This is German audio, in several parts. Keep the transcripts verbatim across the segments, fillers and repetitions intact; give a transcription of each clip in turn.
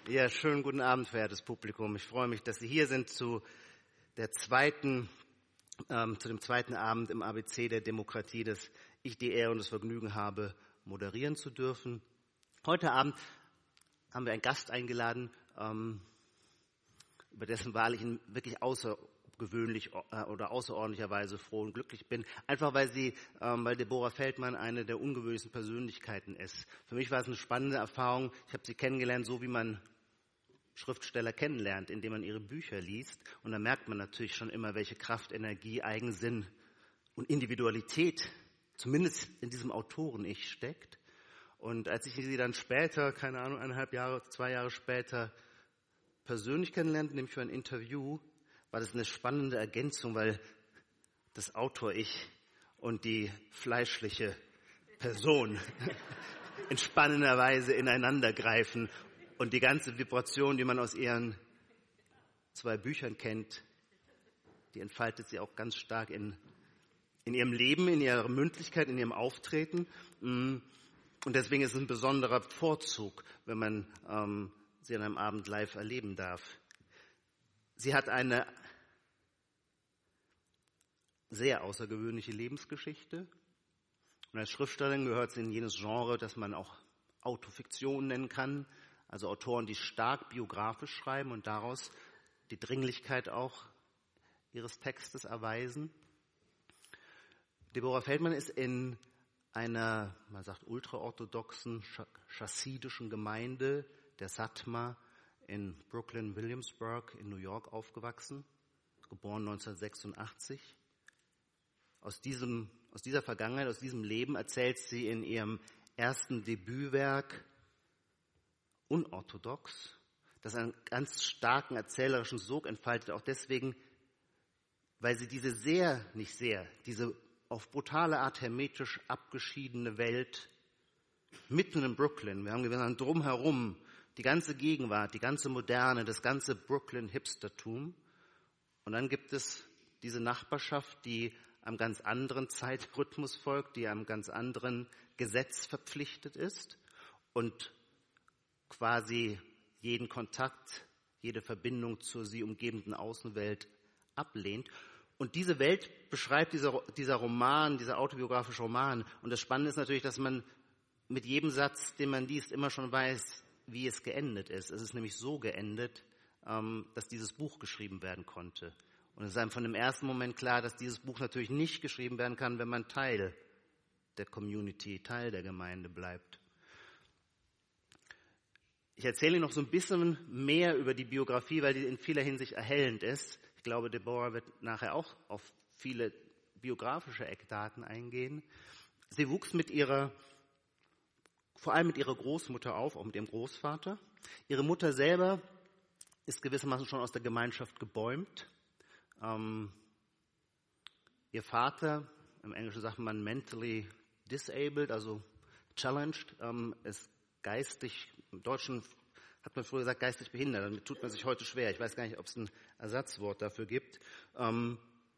Ja, schönen guten Abend, verehrtes Publikum. Ich freue mich, dass Sie hier sind zu der zweiten, ähm, zu dem zweiten Abend im A B C der Demokratie, das ich die Ehre und das Vergnügen habe, moderieren zu dürfen. Heute Abend haben wir einen Gast eingeladen, ähm, über dessen Wahl ich wirklich außergewöhnlich äh, oder außerordentlicherweise froh und glücklich bin. Einfach weil sie, ähm, weil Deborah Feldman eine der ungewöhnlichsten Persönlichkeiten ist. Für mich war es eine spannende Erfahrung. Ich habe sie kennengelernt, so wie man Schriftsteller kennenlernt, indem man ihre Bücher liest. Und da merkt man natürlich schon immer, welche Kraft, Energie, Eigensinn und Individualität zumindest in diesem Autoren-Ich steckt. Und als ich sie dann später, keine Ahnung, eineinhalb Jahre, zwei Jahre später persönlich kennenlernte, nämlich für ein Interview, war das eine spannende Ergänzung, weil das Autor-Ich und die fleischliche Person in spannender Weise ineinander greifen. Und die ganze Vibration, die man aus ihren zwei Büchern kennt, die entfaltet sie auch ganz stark in, in ihrem Leben, in ihrer Mündlichkeit, in ihrem Auftreten. Und deswegen ist es ein besonderer Vorzug, wenn man ähm, sie an einem Abend live erleben darf. Sie hat eine sehr außergewöhnliche Lebensgeschichte. Und als Schriftstellerin gehört sie in jenes Genre, das man auch Autofiktion nennen kann. Also Autoren, die stark biografisch schreiben und daraus die Dringlichkeit auch ihres Textes erweisen. Deborah Feldman ist in einer, man sagt, ultraorthodoxen, chassidischen Gemeinde der Satmar in Brooklyn, Williamsburg in New York aufgewachsen, geboren neunzehnhundertsechsundachtzig. Aus diesem, aus dieser Vergangenheit, aus diesem Leben erzählt sie in ihrem ersten Debütwerk Unorthodox, das einen ganz starken erzählerischen Sog entfaltet, auch deswegen, weil sie diese sehr, nicht sehr, diese auf brutale Art hermetisch abgeschiedene Welt mitten in Brooklyn, wir haben gesagt, drumherum, die ganze Gegenwart, die ganze Moderne, das ganze Brooklyn-Hipstertum. Und dann gibt es diese Nachbarschaft, die einem ganz anderen Zeitrhythmus folgt, die einem ganz anderen Gesetz verpflichtet ist und quasi jeden Kontakt, jede Verbindung zur sie umgebenden Außenwelt ablehnt. Und diese Welt beschreibt dieser, dieser Roman, dieser autobiografische Roman. Und das Spannende ist natürlich, dass man mit jedem Satz, den man liest, immer schon weiß, wie es geendet ist. Es ist nämlich so geendet, dass dieses Buch geschrieben werden konnte. Und es ist einem von dem ersten Moment klar, dass dieses Buch natürlich nicht geschrieben werden kann, wenn man Teil der Community, Teil der Gemeinde bleibt. Ich erzähle Ihnen noch so ein bisschen mehr über die Biografie, weil die in vieler Hinsicht erhellend ist. Ich glaube, Deborah wird nachher auch auf viele biografische Eckdaten eingehen. Sie wuchs mit ihrer, vor allem mit ihrer Großmutter auf, auch mit ihrem Großvater. Ihre Mutter selber ist gewissermaßen schon aus der Gemeinschaft gebäumt. Ähm, ihr Vater, im Englischen sagt man mentally disabled, also challenged, ähm, ist geistig, im Deutschen hat man früher gesagt geistig behindert, damit tut man sich heute schwer. Ich weiß gar nicht, ob es ein Ersatzwort dafür gibt. Ähm,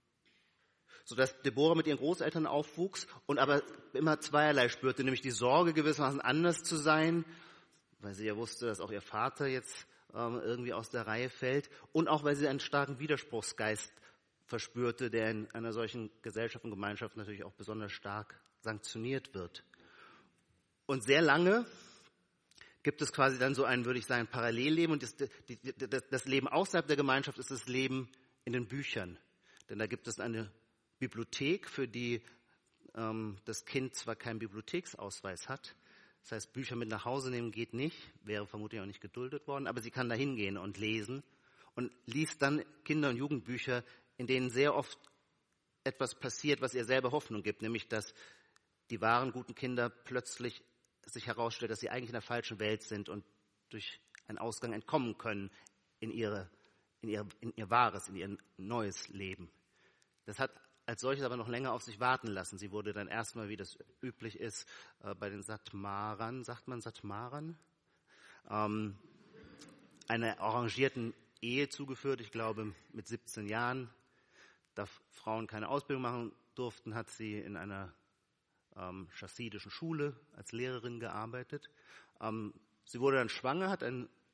sodass Deborah mit ihren Großeltern aufwuchs und aber immer zweierlei spürte, nämlich die Sorge gewissermaßen anders zu sein, weil sie ja wusste, dass auch ihr Vater jetzt ähm, irgendwie aus der Reihe fällt und auch, weil sie einen starken Widerspruchsgeist verspürte, der in einer solchen Gesellschaft und Gemeinschaft natürlich auch besonders stark sanktioniert wird. Und sehr lange gibt es quasi dann so ein, würde ich sagen, Parallelleben. Und das, die, das, das Leben außerhalb der Gemeinschaft ist das Leben in den Büchern. Denn da gibt es eine Bibliothek, für die ähm, das Kind zwar keinen Bibliotheksausweis hat. Das heißt, Bücher mit nach Hause nehmen geht nicht, wäre vermutlich auch nicht geduldet worden. Aber sie kann da hingehen und lesen und liest dann Kinder- und Jugendbücher, in denen sehr oft etwas passiert, was ihr selber Hoffnung gibt. Nämlich, dass die wahren, guten Kinder plötzlich sich herausstellt, dass sie eigentlich in der falschen Welt sind und durch einen Ausgang entkommen können in, ihre, in, ihre, in ihr wahres, in ihr neues Leben. Das hat als solches aber noch länger auf sich warten lassen. Sie wurde dann erstmal, wie das üblich ist, äh, bei den Satmarern, sagt man Satmarern, ähm, einer arrangierten Ehe zugeführt. Ich glaube, mit siebzehn Jahren, da Frauen keine Ausbildung machen durften, hat sie in einer ähm, chassidischen Schule als Lehrerin gearbeitet. Ähm, sie wurde dann schwanger, hat einen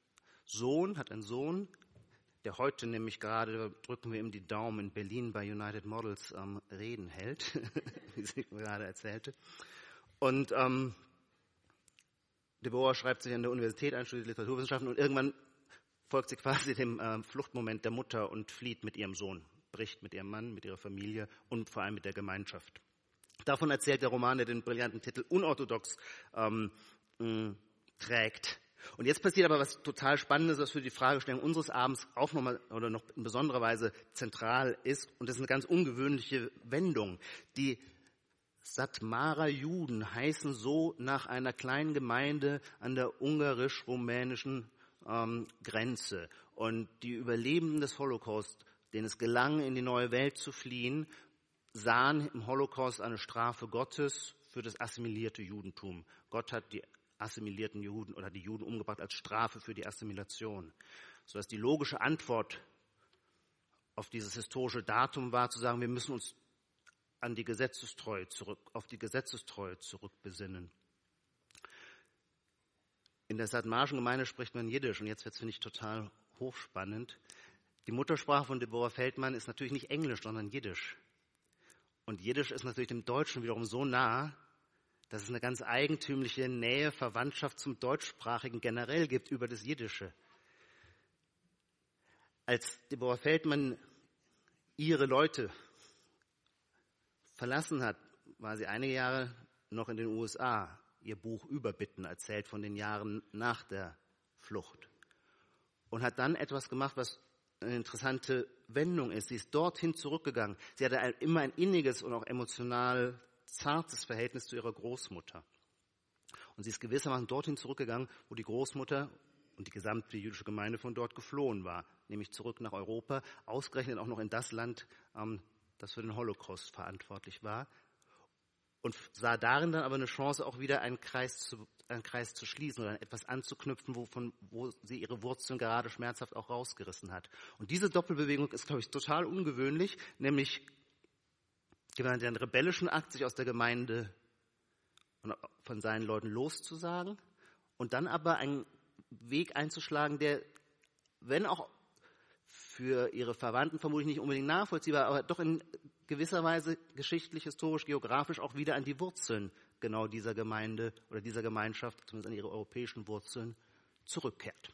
Sohn, hat einen Sohn, der heute nämlich gerade, drücken wir ihm die Daumen, in Berlin bei United Models ähm, Reden hält, wie sie mir gerade erzählte. Und ähm, Deborah schreibt sich an der Universität ein, studiert Literaturwissenschaften und irgendwann folgt sie quasi dem äh, Fluchtmoment der Mutter und flieht mit ihrem Sohn, bricht mit ihrem Mann, mit ihrer Familie und vor allem mit der Gemeinschaft. Davon erzählt der Roman, der den brillanten Titel Unorthodox ähm, mh, trägt. Und jetzt passiert aber was total Spannendes, was für die Fragestellung unseres Abends auch nochmal oder noch in besonderer Weise zentral ist. Und das ist eine ganz ungewöhnliche Wendung. Die Satmarer Juden heißen so nach einer kleinen Gemeinde an der ungarisch-rumänischen ähm, Grenze. Und die Überlebenden des Holocaust, denen es gelang, in die neue Welt zu fliehen, sahen im Holocaust eine Strafe Gottes für das assimilierte Judentum. Gott hat die assimilierten Juden oder die Juden umgebracht als Strafe für die Assimilation. Sodass die logische Antwort auf dieses historische Datum war, zu sagen, wir müssen uns an die Gesetzestreue zurück, auf die Gesetzestreue zurückbesinnen. In der Satmarischen Gemeinde spricht man Jiddisch und jetzt wird es, finde ich, total hochspannend. Die Muttersprache von Deborah Feldmann ist natürlich nicht Englisch, sondern Jiddisch. Und Jiddisch ist natürlich dem Deutschen wiederum so nah, dass es eine ganz eigentümliche Nähe, Verwandtschaft zum Deutschsprachigen generell gibt über das Jiddische. Als Deborah Feldmann ihre Leute verlassen hat, war sie einige Jahre noch in den U S A. Ihr Buch Überbitten erzählt von den Jahren nach der Flucht. Und hat dann etwas gemacht, was eine interessante Wendung ist. Sie ist dorthin zurückgegangen. Sie hatte ein, immer ein inniges und auch emotional zartes Verhältnis zu ihrer Großmutter. Und sie ist gewissermaßen dorthin zurückgegangen, wo die Großmutter und die gesamte jüdische Gemeinde von dort geflohen war, nämlich zurück nach Europa, ausgerechnet auch noch in das Land, ähm, das für den Holocaust verantwortlich war, und sah darin dann aber eine Chance, auch wieder einen Kreis zu, einen Kreis zu schließen oder etwas anzuknüpfen, wovon, wo sie ihre Wurzeln gerade schmerzhaft auch rausgerissen hat. Und diese Doppelbewegung ist, glaube ich, total ungewöhnlich, nämlich den rebellischen Akt, sich aus der Gemeinde und von seinen Leuten loszusagen und dann aber einen Weg einzuschlagen, der, wenn auch für ihre Verwandten vermutlich nicht unbedingt nachvollziehbar, aber doch in gewisser Weise geschichtlich, historisch, geografisch auch wieder an die Wurzeln genau dieser Gemeinde oder dieser Gemeinschaft, zumindest an ihre europäischen Wurzeln, zurückkehrt.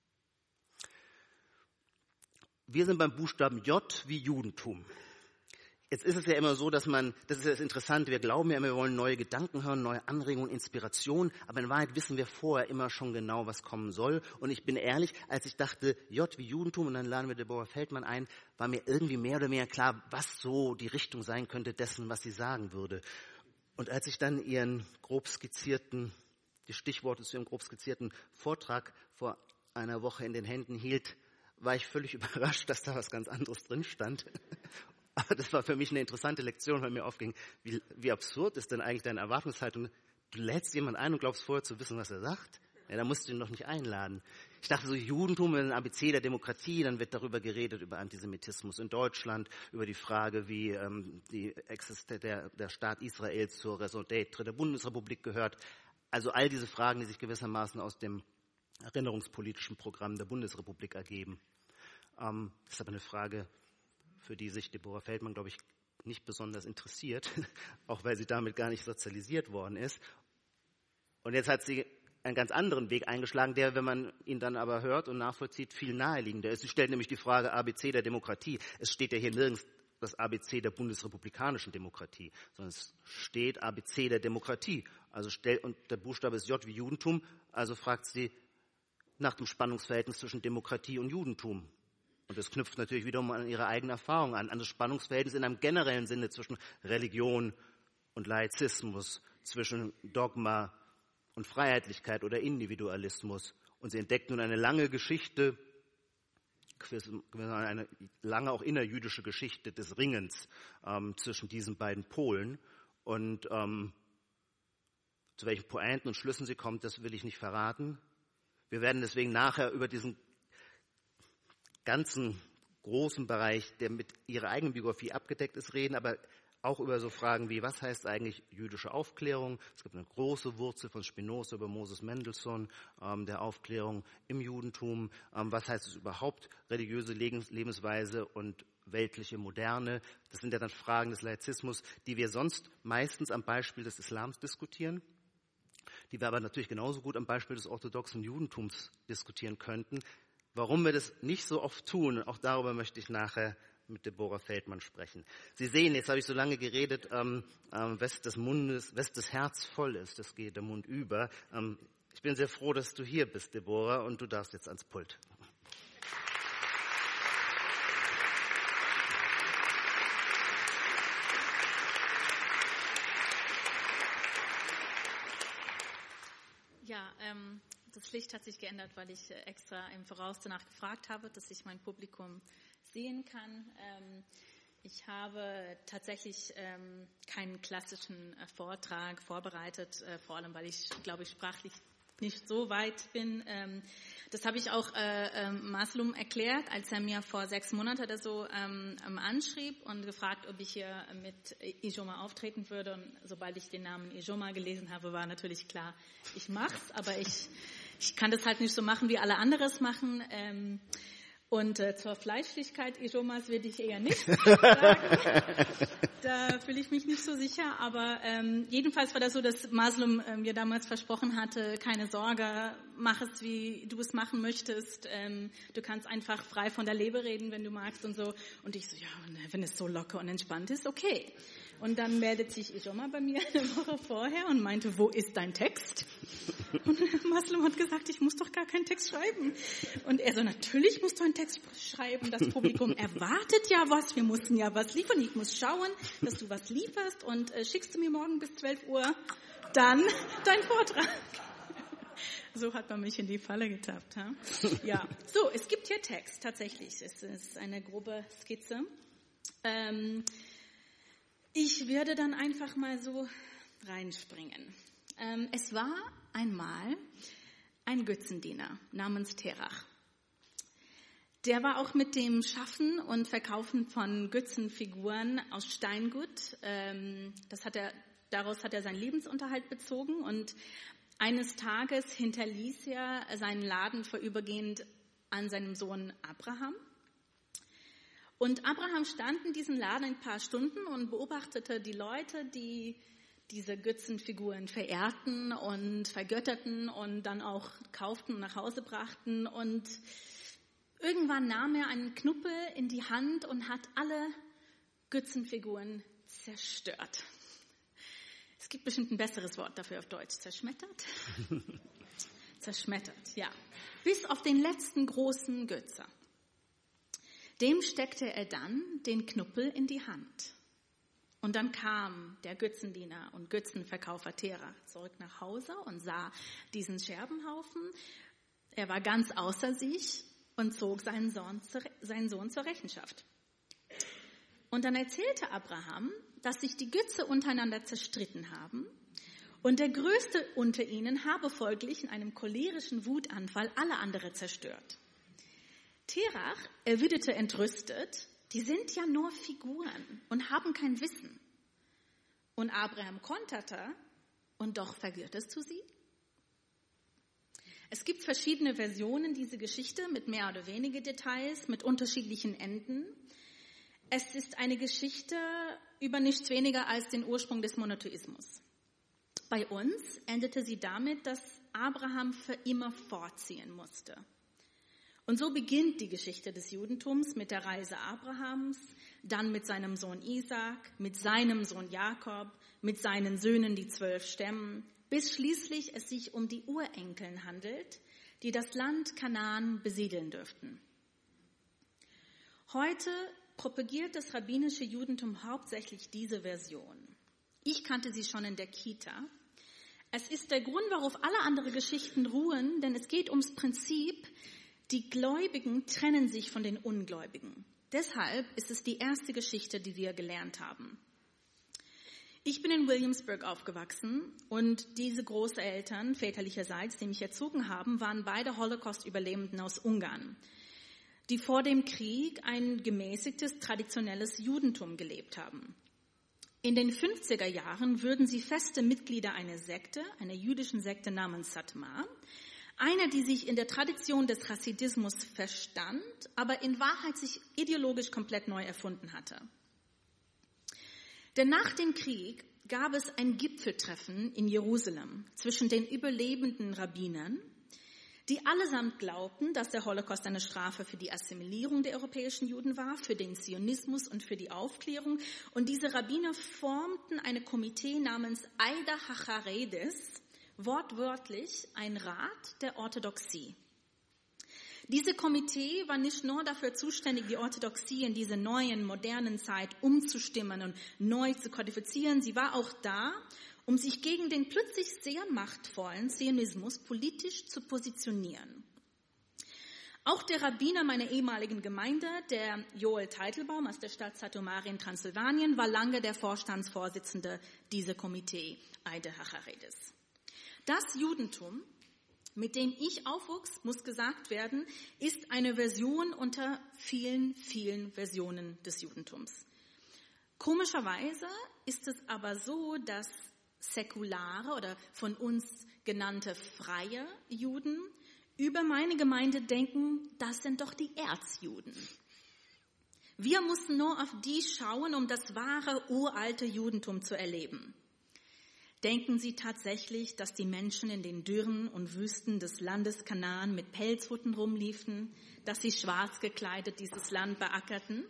Wir sind beim Buchstaben J wie Judentum. Jetzt ist es ja immer so, dass man, das ist ja das Interessante, wir glauben ja immer, wir wollen neue Gedanken hören, neue Anregungen, Inspirationen, aber in Wahrheit wissen wir vorher immer schon genau, was kommen soll. Und ich bin ehrlich, als ich dachte, J wie Judentum, und dann laden wir Deborah Feldmann ein, war mir irgendwie mehr oder weniger klar, was so die Richtung sein könnte dessen, was sie sagen würde. Und als ich dann ihren grob skizzierten, die Stichworte zu ihrem grob skizzierten Vortrag vor einer Woche in den Händen hielt, war ich völlig überrascht, dass da was ganz anderes drin stand. Aber das war für mich eine interessante Lektion, weil mir aufging, wie, wie absurd ist denn eigentlich deine Erwartungshaltung? Du lädst jemanden ein und glaubst vorher zu wissen, was er sagt. Ja, da musst du ihn noch nicht einladen. Ich dachte so, Judentum ist ein A B C der Demokratie, dann wird darüber geredet, über Antisemitismus in Deutschland, über die Frage, wie ähm, die Existen- der, der Staat Israel zur Raison d'être der Bundesrepublik gehört. Also all diese Fragen, die sich gewissermaßen aus dem erinnerungspolitischen Programm der Bundesrepublik ergeben. Ähm, das ist aber eine Frage, für die sich Deborah Feldmann, glaube ich, nicht besonders interessiert, auch weil sie damit gar nicht sozialisiert worden ist. Und jetzt hat sie einen ganz anderen Weg eingeschlagen, der, wenn man ihn dann aber hört und nachvollzieht, viel naheliegender ist. Sie stellt nämlich die Frage A B C der Demokratie. Es steht ja hier nirgends das A B C der bundesrepublikanischen Demokratie, sondern es steht A B C der Demokratie. Also stellt, und der Buchstabe ist J wie Judentum, also fragt sie nach dem Spannungsverhältnis zwischen Demokratie und Judentum. Und das knüpft natürlich wiederum an ihre eigene Erfahrung an, an das Spannungsverhältnis in einem generellen Sinne zwischen Religion und Laizismus, zwischen Dogma und Freiheitlichkeit oder Individualismus. Und sie entdeckt nun eine lange Geschichte, eine lange auch innerjüdische Geschichte des Ringens ähm, zwischen diesen beiden Polen. Und ähm, zu welchen Pointen und Schlüssen sie kommt, das will ich nicht verraten. Wir werden deswegen nachher über diesen ganzen großen Bereich, der mit ihrer eigenen Biografie abgedeckt ist, reden, aber auch über so Fragen wie, was heißt eigentlich jüdische Aufklärung? Es gibt eine große Wurzel von Spinoza über Moses Mendelssohn, ähm, der Aufklärung im Judentum. Ähm, was heißt es überhaupt, religiöse Lebens- Lebensweise und weltliche Moderne? Das sind ja dann Fragen des Laizismus, die wir sonst meistens am Beispiel des Islams diskutieren, die wir aber natürlich genauso gut am Beispiel des orthodoxen Judentums diskutieren könnten. Warum wir das nicht so oft tun, auch darüber möchte ich nachher mit Deborah Feldmann sprechen. Sie sehen, jetzt habe ich so lange geredet, ähm, ähm, wes des Mundes, wes des Herz voll ist, das geht der Mund über. Ähm, ich bin sehr froh, dass du hier bist, Deborah, und du darfst jetzt ans Pult. Ja, ähm, das Licht hat sich geändert, weil ich extra im Voraus danach gefragt habe, dass ich mein Publikum sehen kann. Ähm, ich habe tatsächlich ähm, keinen klassischen äh, Vortrag vorbereitet, äh, vor allem weil ich, glaube ich, sprachlich nicht so weit bin. Ähm, das habe ich auch äh, äh, Maslum erklärt, als er mir vor sechs Monaten oder so ähm, anschrieb und gefragt, ob ich hier mit Ijoma auftreten würde. Und sobald ich den Namen Ijoma gelesen habe, war natürlich klar, ich mach's, aber ich, ich kann das halt nicht so machen, wie alle anderen es machen. Ähm, Und äh, zur Fleischlichkeit Ijomas würde ich eher nicht sagen. Da fühle ich mich nicht so sicher. Aber ähm, jedenfalls war das so, dass Maslum äh, mir damals versprochen hatte, keine Sorge, mach es, wie du es machen möchtest. Ähm, du kannst einfach frei von der Leber reden, wenn du magst und so. Und ich so, ja, wenn es so locker und entspannt ist, okay. Und dann meldet sich Ijoma bei mir eine Woche vorher und meinte, wo ist dein Text? Und Maslum hat gesagt, ich muss doch gar keinen Text schreiben. Und er so, natürlich musst du einen Text schreiben. Das Publikum erwartet ja was. Wir mussten ja was liefern. Ich muss schauen, dass du was lieferst. Und äh, schickst du mir morgen bis zwölf Uhr dann deinen Vortrag. So hat man mich in die Falle getappt. Ha? Ja, so, es gibt hier Text, tatsächlich. Es ist eine grobe Skizze. Ähm, ich werde dann einfach mal so reinspringen. Ähm, es war einmal ein Götzendiener namens Terach. Der war auch mit dem Schaffen und Verkaufen von Götzenfiguren aus Steingut. Ähm, das hat er, daraus hat er seinen Lebensunterhalt bezogen und eines Tages hinterließ er seinen Laden vorübergehend an seinem Sohn Abraham. Und Abraham stand in diesem Laden ein paar Stunden und beobachtete die Leute, die diese Götzenfiguren verehrten und vergötterten und dann auch kauften und nach Hause brachten. Und irgendwann nahm er einen Knuppel in die Hand und hat alle Götzenfiguren zerstört. Es gibt bestimmt ein besseres Wort dafür auf Deutsch. Zerschmettert? Zerschmettert, ja. Bis auf den letzten großen Götze. Dem steckte er dann den Knuppel in die Hand. Und dann kam der Götzendiener und Götzenverkäufer Terach zurück nach Hause und sah diesen Scherbenhaufen. Er war ganz außer sich und zog seinen Sohn, seinen Sohn zur Rechenschaft. Und dann erzählte Abraham, dass sich die Götze untereinander zerstritten haben und der Größte unter ihnen habe folglich in einem cholerischen Wutanfall alle andere zerstört. Terach erwiderte entrüstet, die sind ja nur Figuren und haben kein Wissen. Und Abraham konterte, und doch verwirrtest du sie? Es gibt verschiedene Versionen dieser Geschichte mit mehr oder weniger Details, mit unterschiedlichen Enden. Es ist eine Geschichte über nichts weniger als den Ursprung des Monotheismus. Bei uns endete sie damit, dass Abraham für immer fortziehen musste. Und so beginnt die Geschichte des Judentums mit der Reise Abrahams, dann mit seinem Sohn Isaak, mit seinem Sohn Jakob, mit seinen Söhnen, die zwölf Stämmen, bis schließlich es sich um die Urenkeln handelt, die das Land Kanaan besiedeln dürften. Heute propagiert das rabbinische Judentum hauptsächlich diese Version. Ich kannte sie schon in der Kita. Es ist der Grund, worauf alle anderen Geschichten ruhen, denn es geht ums Prinzip, die Gläubigen trennen sich von den Ungläubigen. Deshalb ist es die erste Geschichte, die wir gelernt haben. Ich bin in Williamsburg aufgewachsen und diese Großeltern väterlicherseits, die mich erzogen haben, waren beide Holocaust-Überlebenden aus Ungarn, die vor dem Krieg ein gemäßigtes, traditionelles Judentum gelebt haben. In den fünfziger Jahren würden sie feste Mitglieder einer Sekte, einer jüdischen Sekte namens Satmar, einer, die sich in der Tradition des Chassidismus verstand, aber in Wahrheit sich ideologisch komplett neu erfunden hatte. Denn nach dem Krieg gab es ein Gipfeltreffen in Jerusalem zwischen den überlebenden Rabbinern, die allesamt glaubten, dass der Holocaust eine Strafe für die Assimilierung der europäischen Juden war, für den Zionismus und für die Aufklärung. Und diese Rabbiner formten eine Komitee namens Aida HaCharedes, wortwörtlich ein Rat der Orthodoxie. Diese Komitee war nicht nur dafür zuständig, die Orthodoxie in dieser neuen, modernen Zeit umzustimmen und neu zu kodifizieren. Sie war auch da, um sich gegen den plötzlich sehr machtvollen Zionismus politisch zu positionieren. Auch der Rabbiner meiner ehemaligen Gemeinde, der Joel Teitelbaum aus der Stadt Satu Mare in Transsilvanien, war lange der Vorstandsvorsitzende dieser Komitee, Aida HaCharedes. Das Judentum, mit dem ich aufwuchs, muss gesagt werden, ist eine Version unter vielen, vielen Versionen des Judentums. Komischerweise ist es aber so, dass säkulare oder von uns genannte freie Juden über meine Gemeinde denken, das sind doch die Erzjuden. Wir mussten nur auf die schauen, um das wahre, uralte Judentum zu erleben. Denken Sie tatsächlich, dass die Menschen in den Dürren und Wüsten des Landes Kanaan mit Pelzhutten rumliefen, dass sie schwarz gekleidet dieses Land beackerten?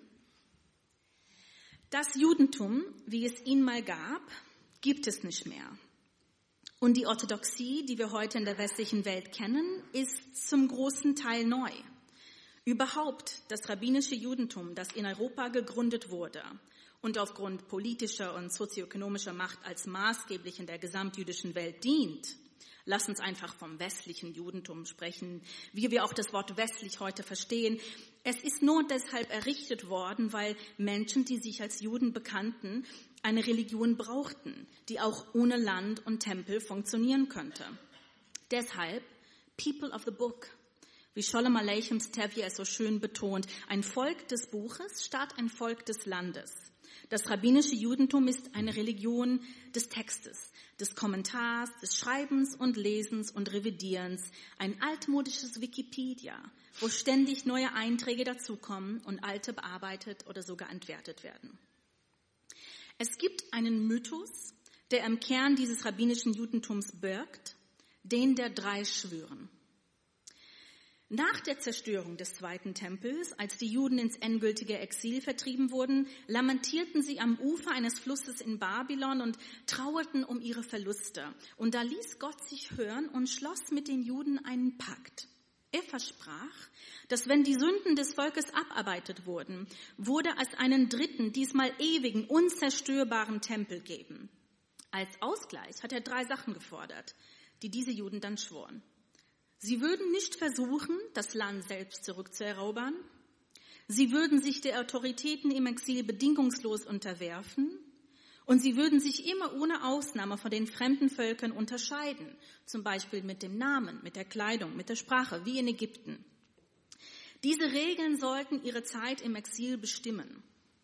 Das Judentum, wie es ihn mal gab, gibt es nicht mehr. Und die Orthodoxie, die wir heute in der westlichen Welt kennen, ist zum großen Teil neu. Überhaupt das rabbinische Judentum, das in Europa gegründet wurde und aufgrund politischer und sozioökonomischer Macht als maßgeblich in der gesamtjüdischen Welt dient. Lass uns einfach vom westlichen Judentum sprechen, wie wir auch das Wort westlich heute verstehen. Es ist nur deshalb errichtet worden, weil Menschen, die sich als Juden bekannten, eine Religion brauchten, die auch ohne Land und Tempel funktionieren könnte. Deshalb People of the Book, wie Sholem Aleichems Tevye es so schön betont, ein Volk des Buches statt ein Volk des Landes. Das rabbinische Judentum ist eine Religion des Textes, des Kommentars, des Schreibens und Lesens und Revidierens, ein altmodisches Wikipedia, wo ständig neue Einträge dazukommen und alte bearbeitet oder sogar entwertet werden. Es gibt einen Mythos, der im Kern dieses rabbinischen Judentums birgt, den der drei Schwüren. Nach der Zerstörung des zweiten Tempels, als die Juden ins endgültige Exil vertrieben wurden, lamentierten sie am Ufer eines Flusses in Babylon und trauerten um ihre Verluste. Und da ließ Gott sich hören und schloss mit den Juden einen Pakt. Er versprach, dass wenn die Sünden des Volkes abarbeitet wurden, wurde es einen dritten, diesmal ewigen, unzerstörbaren Tempel geben. Als Ausgleich hat er drei Sachen gefordert, die diese Juden dann schworen. Sie würden nicht versuchen, das Land selbst zurückzuerobern. Sie würden sich der Autoritäten im Exil bedingungslos unterwerfen. Und sie würden sich immer ohne Ausnahme von den fremden Völkern unterscheiden, zum Beispiel mit dem Namen, mit der Kleidung, mit der Sprache, wie in Ägypten. Diese Regeln sollten ihre Zeit im Exil bestimmen.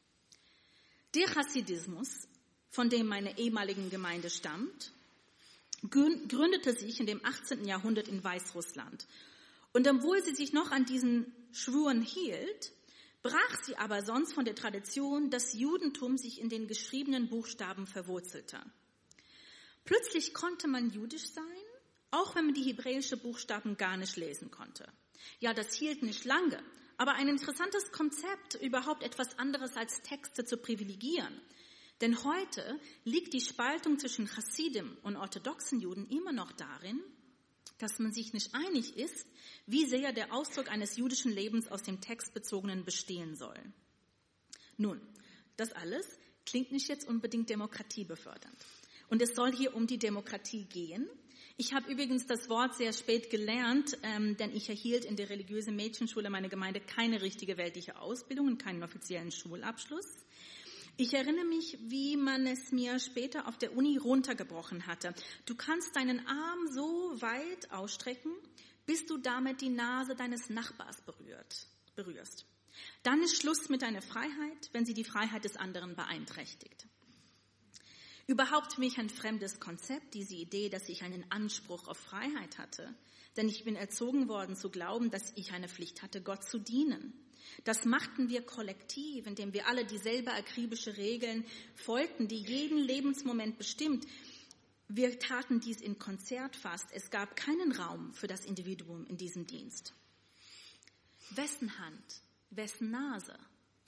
Der Chassidismus, von dem meine ehemalige Gemeinde stammt, gründete sich in dem achtzehnten Jahrhundert in Weißrussland. Und obwohl sie sich noch an diesen Schwuren hielt, brach sie aber sonst von der Tradition, dass Judentum sich in den geschriebenen Buchstaben verwurzelte. Plötzlich konnte man jüdisch sein, auch wenn man die hebräischen Buchstaben gar nicht lesen konnte. Ja, das hielt nicht lange, aber ein interessantes Konzept, überhaupt etwas anderes als Texte zu privilegieren. Denn heute liegt die Spaltung zwischen Chassidim und orthodoxen Juden immer noch darin, dass man sich nicht einig ist, wie sehr der Ausdruck eines jüdischen Lebens aus dem Textbezogenen bestehen soll. Nun, das alles klingt nicht jetzt unbedingt demokratiebefördernd. Und es soll hier um die Demokratie gehen. Ich habe übrigens das Wort sehr spät gelernt, ähm, denn ich erhielt in der religiösen Mädchenschule meiner Gemeinde keine richtige weltliche Ausbildung und keinen offiziellen Schulabschluss. Ich erinnere mich, wie man es mir später auf der Uni runtergebrochen hatte. Du kannst deinen Arm so weit ausstrecken, bis du damit die Nase deines Nachbars berührt, berührst. Dann ist Schluss mit deiner Freiheit, wenn sie die Freiheit des anderen beeinträchtigt. Überhaupt für mich ein fremdes Konzept, diese Idee, dass ich einen Anspruch auf Freiheit hatte. Denn ich bin erzogen worden zu glauben, dass ich eine Pflicht hatte, Gott zu dienen. Das machten wir kollektiv, indem wir alle dieselbe akribische Regeln folgten, die jeden Lebensmoment bestimmt. Wir taten dies in Konzert fast. Es gab keinen Raum für das Individuum in diesem Dienst. Wessen Hand? Wessen Nase?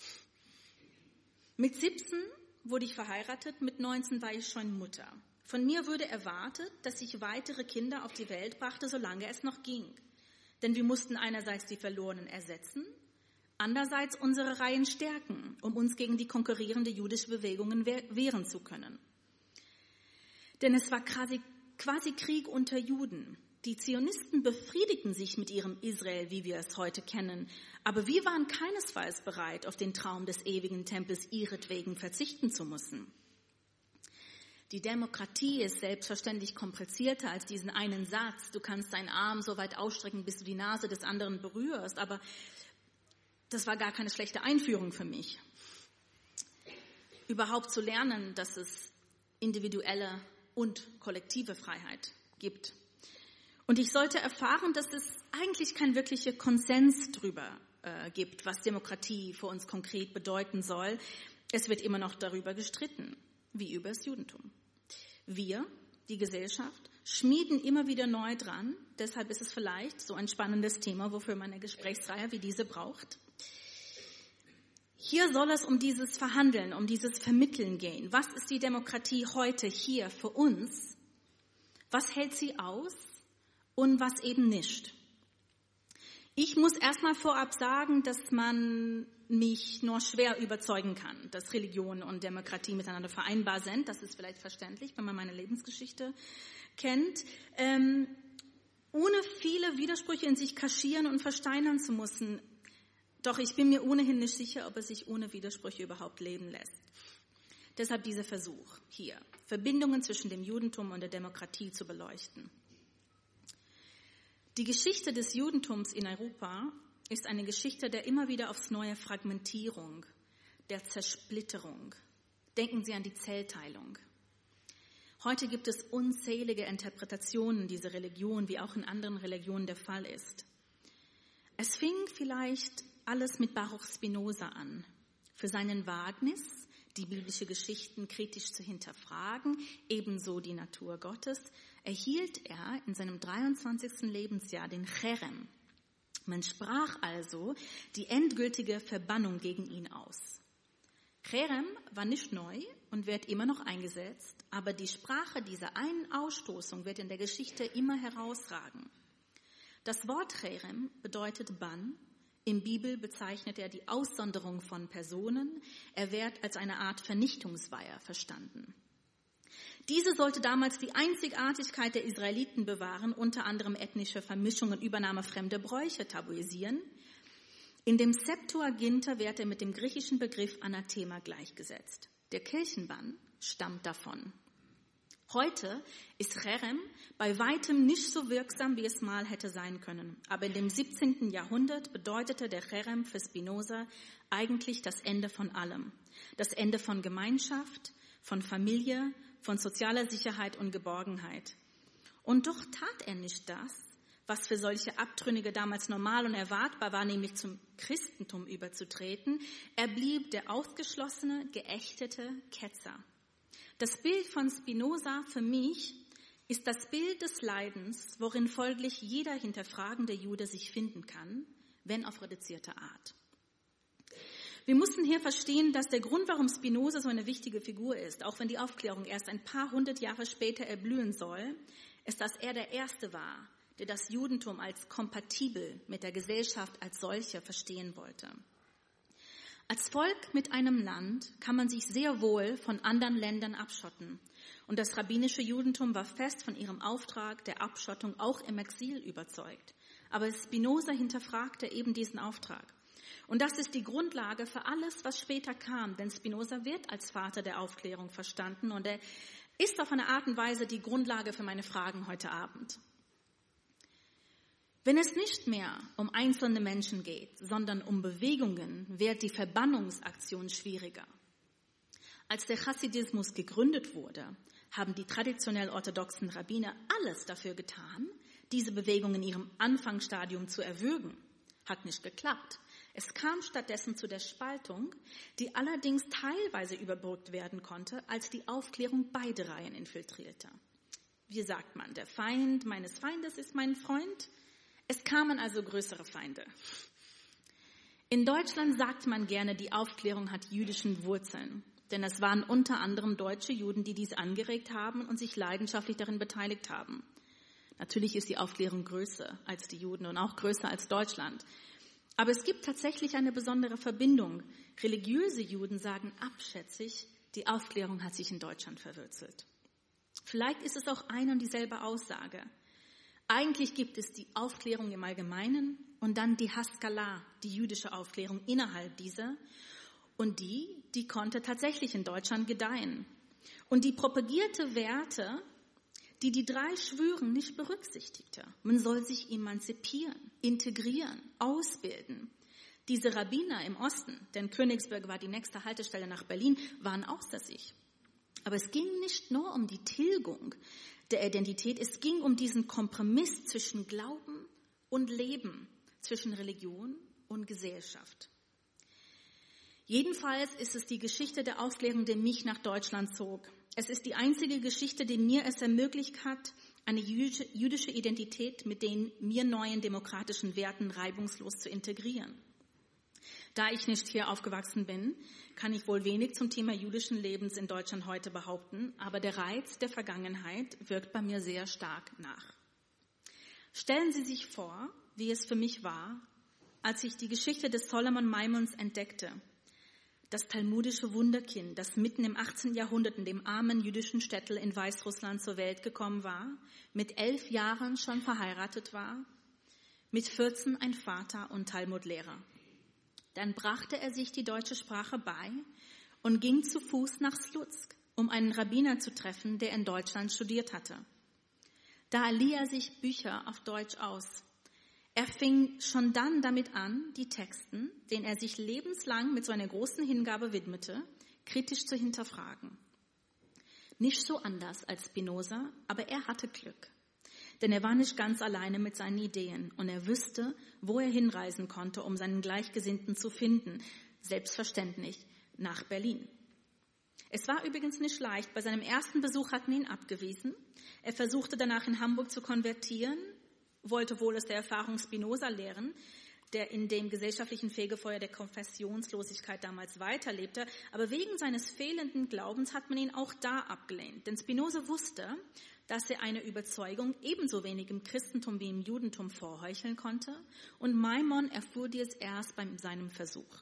Mit siebzehn wurde ich verheiratet, mit neunzehn war ich schon Mutter. Von mir wurde erwartet, dass ich weitere Kinder auf die Welt brachte, solange es noch ging. Denn wir mussten einerseits die Verlorenen ersetzen, andererseits unsere Reihen stärken, um uns gegen die konkurrierende jüdische Bewegungen wehren zu können. Denn es war quasi, quasi Krieg unter Juden. Die Zionisten befriedigten sich mit ihrem Israel, wie wir es heute kennen. Aber wir waren keinesfalls bereit, auf den Traum des ewigen Tempels ihretwegen verzichten zu müssen. Die Demokratie ist selbstverständlich komplizierter als diesen einen Satz. Du kannst deinen Arm so weit ausstrecken, bis du die Nase des anderen berührst. Aber das war gar keine schlechte Einführung für mich. Überhaupt zu lernen, dass es individuelle und kollektive Freiheit gibt. Und ich sollte erfahren, dass es eigentlich kein wirklicher Konsens darüber äh, gibt, was Demokratie für uns konkret bedeuten soll. Es wird immer noch darüber gestritten, wie über das Judentum. Wir, die Gesellschaft, schmieden immer wieder neu dran. Deshalb ist es vielleicht so ein spannendes Thema, wofür man eine Gesprächsreihe wie diese braucht. Hier soll es um dieses Verhandeln, um dieses Vermitteln gehen. Was ist die Demokratie heute hier für uns? Was hält sie aus und was eben nicht? Ich muss erstmal vorab sagen, dass man mich nur schwer überzeugen kann, dass Religion und Demokratie miteinander vereinbar sind. Das ist vielleicht verständlich, wenn man meine Lebensgeschichte kennt. Ähm, ohne viele Widersprüche in sich kaschieren und versteinern zu müssen. Doch ich bin mir ohnehin nicht sicher, ob es sich ohne Widersprüche überhaupt leben lässt. Deshalb dieser Versuch hier, Verbindungen zwischen dem Judentum und der Demokratie zu beleuchten. Die Geschichte des Judentums in Europa ist eine Geschichte der immer wieder aufs neue Fragmentierung, der Zersplitterung. Denken Sie an die Zellteilung. Heute gibt es unzählige Interpretationen dieser Religion, wie auch in anderen Religionen der Fall ist. Es fing vielleicht alles mit Baruch Spinoza an, für seinen Wagnis, die biblische Geschichten kritisch zu hinterfragen, ebenso die Natur Gottes, erhielt er in seinem dreiundzwanzigsten Lebensjahr den Cherem. Man sprach also die endgültige Verbannung gegen ihn aus. Cherem war nicht neu und wird immer noch eingesetzt, aber die Sprache dieser einen Ausstoßung wird in der Geschichte immer herausragen. Das Wort Cherem bedeutet Bann. Im Bibel bezeichnet er die Aussonderung von Personen. Er wird als eine Art Vernichtungsweihe verstanden. Diese sollte damals die Einzigartigkeit der Israeliten bewahren, unter anderem ethnische Vermischung und Übernahme fremder Bräuche tabuisieren. In dem Septuaginta wird er mit dem griechischen Begriff Anathema gleichgesetzt. Der Kirchenbann stammt davon. Heute ist Cherem bei weitem nicht so wirksam, wie es mal hätte sein können. Aber in dem siebzehnten Jahrhundert bedeutete der Cherem für Spinoza eigentlich das Ende von allem. Das Ende von Gemeinschaft, von Familie, von sozialer Sicherheit und Geborgenheit. Und doch tat er nicht das, was für solche Abtrünnige damals normal und erwartbar war, nämlich zum Christentum überzutreten. Er blieb der ausgeschlossene, geächtete Ketzer. Das Bild von Spinoza für mich ist das Bild des Leidens, worin folglich jeder hinterfragende Jude sich finden kann, wenn auf reduzierte Art. Wir mussten hier verstehen, dass der Grund, warum Spinoza so eine wichtige Figur ist, auch wenn die Aufklärung erst ein paar hundert Jahre später erblühen soll, ist, dass er der Erste war, der das Judentum als kompatibel mit der Gesellschaft als solche verstehen wollte. Als Volk mit einem Land kann man sich sehr wohl von anderen Ländern abschotten. Und das rabbinische Judentum war fest von ihrem Auftrag der Abschottung auch im Exil überzeugt. Aber Spinoza hinterfragte eben diesen Auftrag. Und das ist die Grundlage für alles, was später kam. Denn Spinoza wird als Vater der Aufklärung verstanden und er ist auf eine Art und Weise die Grundlage für meine Fragen heute Abend. Wenn es nicht mehr um einzelne Menschen geht, sondern um Bewegungen, wird die Verbannungsaktion schwieriger. Als der Chassidismus gegründet wurde, haben die traditionell orthodoxen Rabbiner alles dafür getan, diese Bewegung in ihrem Anfangsstadium zu erwürgen. Hat nicht geklappt. Es kam stattdessen zu der Spaltung, die allerdings teilweise überbrückt werden konnte, als die Aufklärung beide Reihen infiltrierte. Wie sagt man, der Feind meines Feindes ist mein Freund? Es kamen also größere Feinde. In Deutschland sagt man gerne, die Aufklärung hat jüdischen Wurzeln. Denn es waren unter anderem deutsche Juden, die dies angeregt haben und sich leidenschaftlich darin beteiligt haben. Natürlich ist die Aufklärung größer als die Juden und auch größer als Deutschland. Aber es gibt tatsächlich eine besondere Verbindung. Religiöse Juden sagen abschätzig, die Aufklärung hat sich in Deutschland verwurzelt. Vielleicht ist es auch eine und dieselbe Aussage. Eigentlich gibt es die Aufklärung im Allgemeinen und dann die Haskalah, die jüdische Aufklärung innerhalb dieser. Und die, die konnte tatsächlich in Deutschland gedeihen. Und die propagierte Werte, die die drei Schwüren nicht berücksichtigte. Man soll sich emanzipieren, integrieren, ausbilden. Diese Rabbiner im Osten, denn Königsberg war die nächste Haltestelle nach Berlin, waren außer sich. Aber es ging nicht nur um die Tilgung der Identität, es ging um diesen Kompromiss zwischen Glauben und Leben, zwischen Religion und Gesellschaft. Jedenfalls ist es die Geschichte der Aufklärung, die mich nach Deutschland zog. Es ist die einzige Geschichte, die mir es ermöglicht hat, eine jüdische Identität mit den mir neuen demokratischen Werten reibungslos zu integrieren. Da ich nicht hier aufgewachsen bin, kann ich wohl wenig zum Thema jüdischen Lebens in Deutschland heute behaupten, aber der Reiz der Vergangenheit wirkt bei mir sehr stark nach. Stellen Sie sich vor, wie es für mich war, als ich die Geschichte des Solomon Maimons entdeckte. Das talmudische Wunderkind, das mitten im achtzehnten Jahrhundert in dem armen jüdischen Städtel in Weißrussland zur Welt gekommen war, mit elf Jahren schon verheiratet war, mit vierzehn ein Vater und Talmudlehrer. Dann brachte er sich die deutsche Sprache bei und ging zu Fuß nach Slutsk, um einen Rabbiner zu treffen, der in Deutschland studiert hatte. Da lieh er sich Bücher auf Deutsch aus. Er fing schon dann damit an, die Texten, denen er sich lebenslang mit so einer großen Hingabe widmete, kritisch zu hinterfragen. Nicht so anders als Spinoza, aber er hatte Glück. Denn er war nicht ganz alleine mit seinen Ideen und er wusste, wo er hinreisen konnte, um seinen Gleichgesinnten zu finden. Selbstverständlich nach Berlin. Es war übrigens nicht leicht. Bei seinem ersten Besuch hatten wir ihn abgewiesen. Er versuchte danach in Hamburg zu konvertieren, wollte wohl aus der Erfahrung Spinoza lehren, der in dem gesellschaftlichen Fegefeuer der Konfessionslosigkeit damals weiterlebte. Aber wegen seines fehlenden Glaubens hat man ihn auch da abgelehnt. Denn Spinoza wusste, dass er eine Überzeugung ebenso wenig im Christentum wie im Judentum vorheucheln konnte. Und Maimon erfuhr dies erst bei seinem Versuch.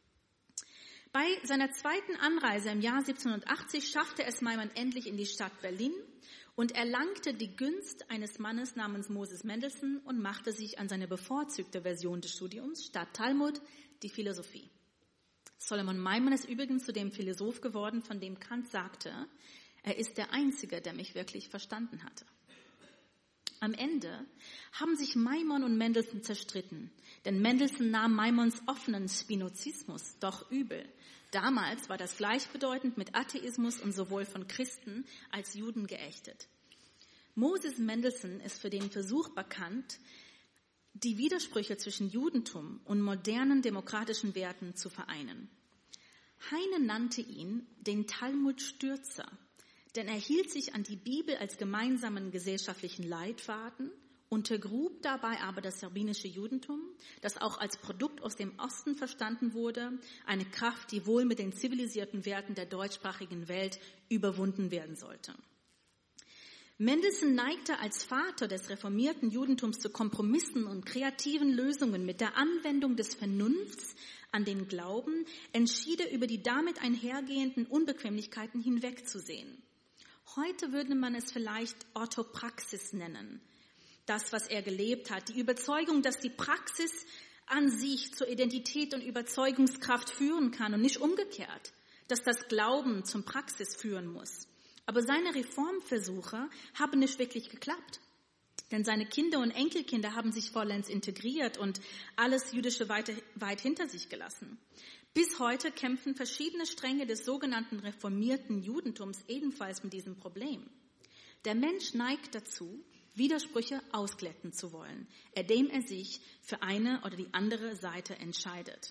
Bei seiner zweiten Anreise im Jahr siebzehnhundertachtzig schaffte es Maimon endlich in die Stadt Berlin und erlangte die Gunst eines Mannes namens Moses Mendelssohn und machte sich an seine bevorzugte Version des Studiums statt Talmud, die Philosophie. Solomon Maimon ist übrigens zu dem Philosoph geworden, von dem Kant sagte, er ist der Einzige, der mich wirklich verstanden hatte. Am Ende haben sich Maimon und Mendelssohn zerstritten, denn Mendelssohn nahm Maimons offenen Spinozismus doch übel. Damals war das gleichbedeutend mit Atheismus und sowohl von Christen als Juden geächtet. Moses Mendelssohn ist für den Versuch bekannt, die Widersprüche zwischen Judentum und modernen demokratischen Werten zu vereinen. Heine nannte ihn den Talmudstürzer, denn er hielt sich an die Bibel als gemeinsamen gesellschaftlichen Leitfaden, untergrub dabei aber das rabbinische Judentum, das auch als Produkt aus dem Osten verstanden wurde, eine Kraft, die wohl mit den zivilisierten Werten der deutschsprachigen Welt überwunden werden sollte. Mendelssohn neigte als Vater des reformierten Judentums zu Kompromissen und kreativen Lösungen mit der Anwendung des Vernunfts an den Glauben, entschied er über die damit einhergehenden Unbequemlichkeiten hinwegzusehen. Heute würde man es vielleicht Orthopraxis nennen. Das, was er gelebt hat, die Überzeugung, dass die Praxis an sich zur Identität und Überzeugungskraft führen kann und nicht umgekehrt, dass das Glauben zum Praxis führen muss. Aber seine Reformversuche haben nicht wirklich geklappt, denn seine Kinder und Enkelkinder haben sich vollends integriert und alles Jüdische weit, weit hinter sich gelassen. Bis heute kämpfen verschiedene Stränge des sogenannten reformierten Judentums ebenfalls mit diesem Problem. Der Mensch neigt dazu, Widersprüche ausglätten zu wollen, indem er sich für eine oder die andere Seite entscheidet.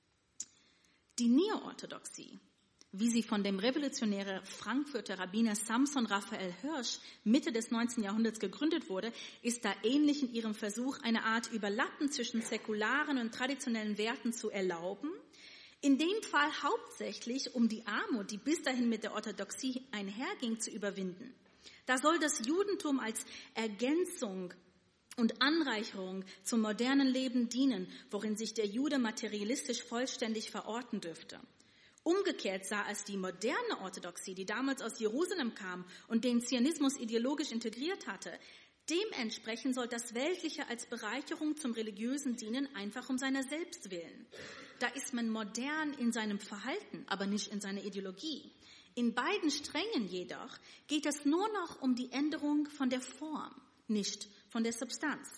Die Neoorthodoxie, wie sie von dem revolutionären Frankfurter Rabbiner Samson Raphael Hirsch Mitte des neunzehnten Jahrhunderts gegründet wurde, ist da ähnlich in ihrem Versuch, eine Art Überlappen zwischen säkularen und traditionellen Werten zu erlauben, in dem Fall hauptsächlich um die Armut, die bis dahin mit der Orthodoxie einherging, zu überwinden. Da soll das Judentum als Ergänzung und Anreicherung zum modernen Leben dienen, worin sich der Jude materialistisch vollständig verorten dürfte. Umgekehrt sah es die moderne Orthodoxie, die damals aus Jerusalem kam und den Zionismus ideologisch integriert hatte. Dementsprechend soll das Weltliche als Bereicherung zum Religiösen dienen, einfach um seiner selbst willen. Da ist man modern in seinem Verhalten, aber nicht in seiner Ideologie. In beiden Strängen jedoch geht es nur noch um die Änderung von der Form, nicht von der Substanz.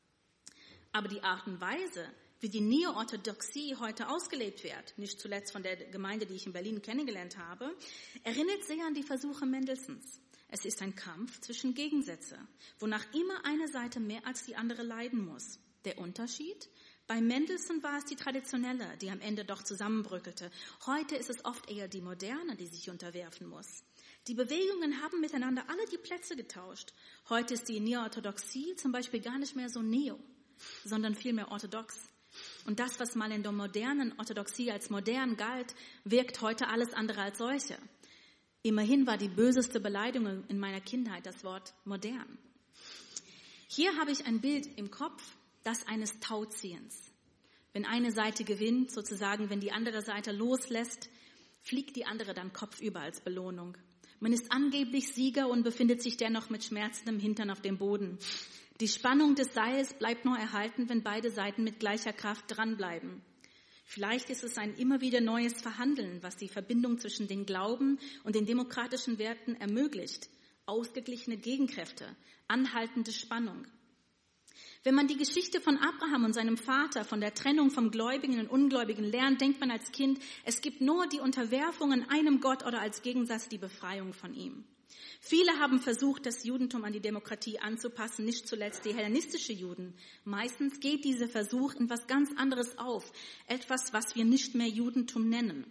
Aber die Art und Weise, wie die Neoorthodoxie heute ausgelebt wird, nicht zuletzt von der Gemeinde, die ich in Berlin kennengelernt habe, erinnert sehr an die Versuche Mendelssohns. Es ist ein Kampf zwischen Gegensätzen, wonach immer eine Seite mehr als die andere leiden muss. Der Unterschied? Bei Mendelssohn war es die Traditionelle, die am Ende doch zusammenbröckelte. Heute ist es oft eher die Moderne, die sich unterwerfen muss. Die Bewegungen haben miteinander alle die Plätze getauscht. Heute ist die Neoorthodoxie zum Beispiel gar nicht mehr so neo, sondern vielmehr orthodox. Und das, was mal in der modernen Orthodoxie als modern galt, wirkt heute alles andere als solche. Immerhin war die böseste Beleidigung in meiner Kindheit das Wort modern. Hier habe ich ein Bild im Kopf, das eines Tauziehens. Wenn eine Seite gewinnt, sozusagen, wenn die andere Seite loslässt, fliegt die andere dann kopfüber als Belohnung. Man ist angeblich Sieger und befindet sich dennoch mit schmerzendem Hintern auf dem Boden. Die Spannung des Seils bleibt nur erhalten, wenn beide Seiten mit gleicher Kraft dranbleiben. Vielleicht ist es ein immer wieder neues Verhandeln, was die Verbindung zwischen den Glauben und den demokratischen Werten ermöglicht. Ausgeglichene Gegenkräfte, anhaltende Spannung. Wenn man die Geschichte von Abraham und seinem Vater, von der Trennung vom Gläubigen und Ungläubigen lernt, denkt man als Kind, es gibt nur die Unterwerfung an einem Gott oder als Gegensatz die Befreiung von ihm. Viele haben versucht, das Judentum an die Demokratie anzupassen, nicht zuletzt die hellenistische Juden. Meistens geht dieser Versuch in was ganz anderes auf, etwas, was wir nicht mehr Judentum nennen.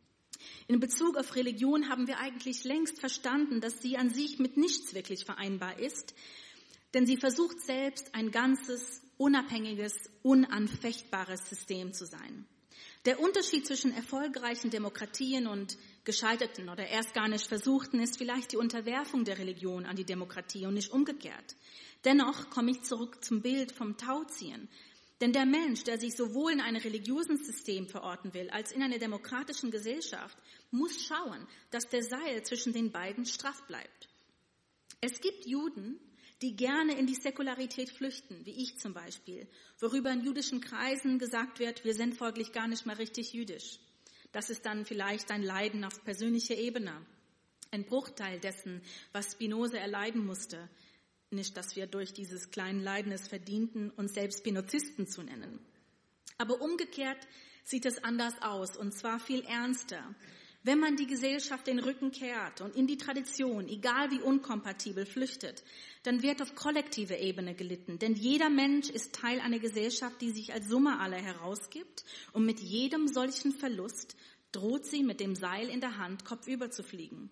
In Bezug auf Religion haben wir eigentlich längst verstanden, dass sie an sich mit nichts wirklich vereinbar ist, denn sie versucht selbst ein ganzes, unabhängiges, unanfechtbares System zu sein. Der Unterschied zwischen erfolgreichen Demokratien und gescheiterten oder erst gar nicht versuchten ist vielleicht die Unterwerfung der Religion an die Demokratie und nicht umgekehrt. Dennoch komme ich zurück zum Bild vom Tauziehen. Denn der Mensch, der sich sowohl in einem religiösen System verorten will, als in einer demokratischen Gesellschaft, muss schauen, dass der Seil zwischen den beiden straff bleibt. Es gibt Juden, die gerne in die Säkularität flüchten, wie ich zum Beispiel, worüber in jüdischen Kreisen gesagt wird, wir sind folglich gar nicht mehr richtig jüdisch. Das ist dann vielleicht ein Leiden auf persönlicher Ebene, ein Bruchteil dessen, was Spinoza erleiden musste. Nicht, dass wir durch dieses kleine Leiden es verdienten, uns selbst Spinozisten zu nennen. Aber umgekehrt sieht es anders aus, und zwar viel ernster. Wenn man die Gesellschaft den Rücken kehrt und in die Tradition, egal wie unkompatibel, flüchtet, dann wird auf kollektiver Ebene gelitten. Denn jeder Mensch ist Teil einer Gesellschaft, die sich als Summe aller herausgibt. Und mit jedem solchen Verlust droht sie mit dem Seil in der Hand kopfüber zu fliegen.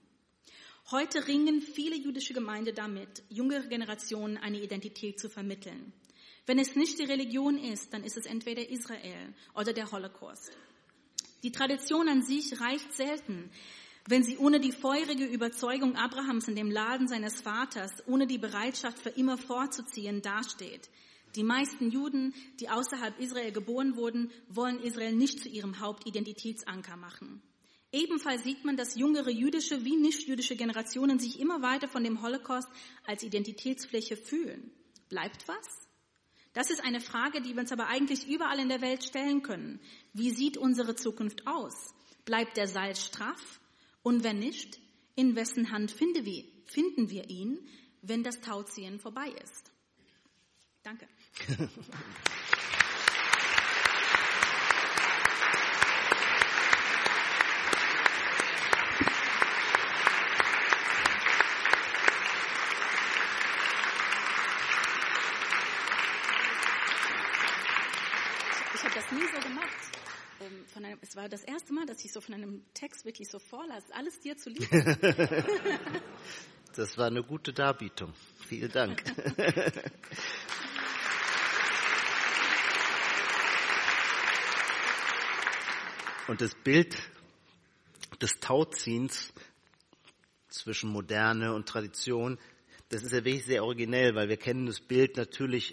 Heute ringen viele jüdische Gemeinden damit, jüngere Generationen eine Identität zu vermitteln. Wenn es nicht die Religion ist, dann ist es entweder Israel oder der Holocaust. Die Tradition an sich reicht selten, wenn sie ohne die feurige Überzeugung Abrahams in dem Laden seines Vaters, ohne die Bereitschaft für immer fortzuziehen, dasteht. Die meisten Juden, die außerhalb Israel geboren wurden, wollen Israel nicht zu ihrem Hauptidentitätsanker machen. Ebenfalls sieht man, dass jüngere jüdische wie nicht-jüdische Generationen sich immer weiter von dem Holocaust als Identitätsfläche fühlen. Bleibt was? Das ist eine Frage, die wir uns aber eigentlich überall in der Welt stellen können. Wie sieht unsere Zukunft aus? Bleibt der Seil straff? Und wenn nicht, in wessen Hand finden wir, finden wir ihn, wenn das Tauziehen vorbei ist? Danke. ich habe das nie so gemacht. Ähm, von einem, es war das erste Mal, dass ich so von einem Text wirklich so vorlas. Alles dir zuliebe. Das war eine gute Darbietung. Vielen Dank. Und das Bild des Tauziehens zwischen Moderne und Tradition, das ist ja wirklich sehr originell, weil wir kennen das Bild natürlich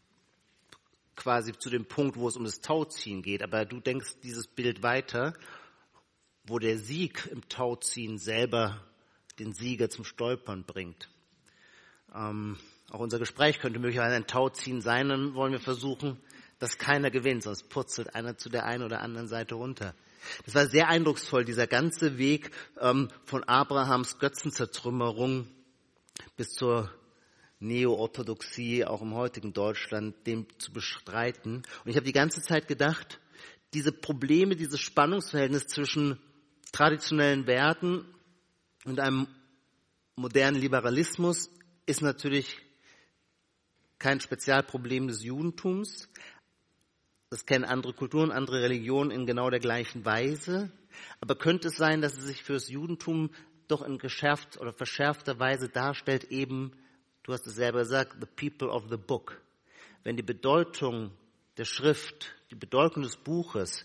quasi zu dem Punkt, wo es um das Tauziehen geht. Aber du denkst dieses Bild weiter, wo der Sieg im Tauziehen selber den Sieger zum Stolpern bringt. Ähm, auch unser Gespräch könnte möglicherweise ein Tauziehen sein, dann wollen wir versuchen, dass keiner gewinnt, sonst purzelt einer zu der einen oder anderen Seite runter. Das war sehr eindrucksvoll, dieser ganze Weg ähm, von Abrahams Götzenzertrümmerung bis zur Neo-Orthodoxie, auch im heutigen Deutschland, dem zu bestreiten. Und ich habe die ganze Zeit gedacht, diese Probleme, dieses Spannungsverhältnis zwischen traditionellen Werten und einem modernen Liberalismus ist natürlich kein Spezialproblem des Judentums. Das kennen andere Kulturen, andere Religionen in genau der gleichen Weise. Aber könnte es sein, dass es sich für das Judentum doch in geschärft oder verschärfter Weise darstellt, eben, du hast es selber gesagt, the people of the book. Wenn die Bedeutung der Schrift, die Bedeutung des Buches,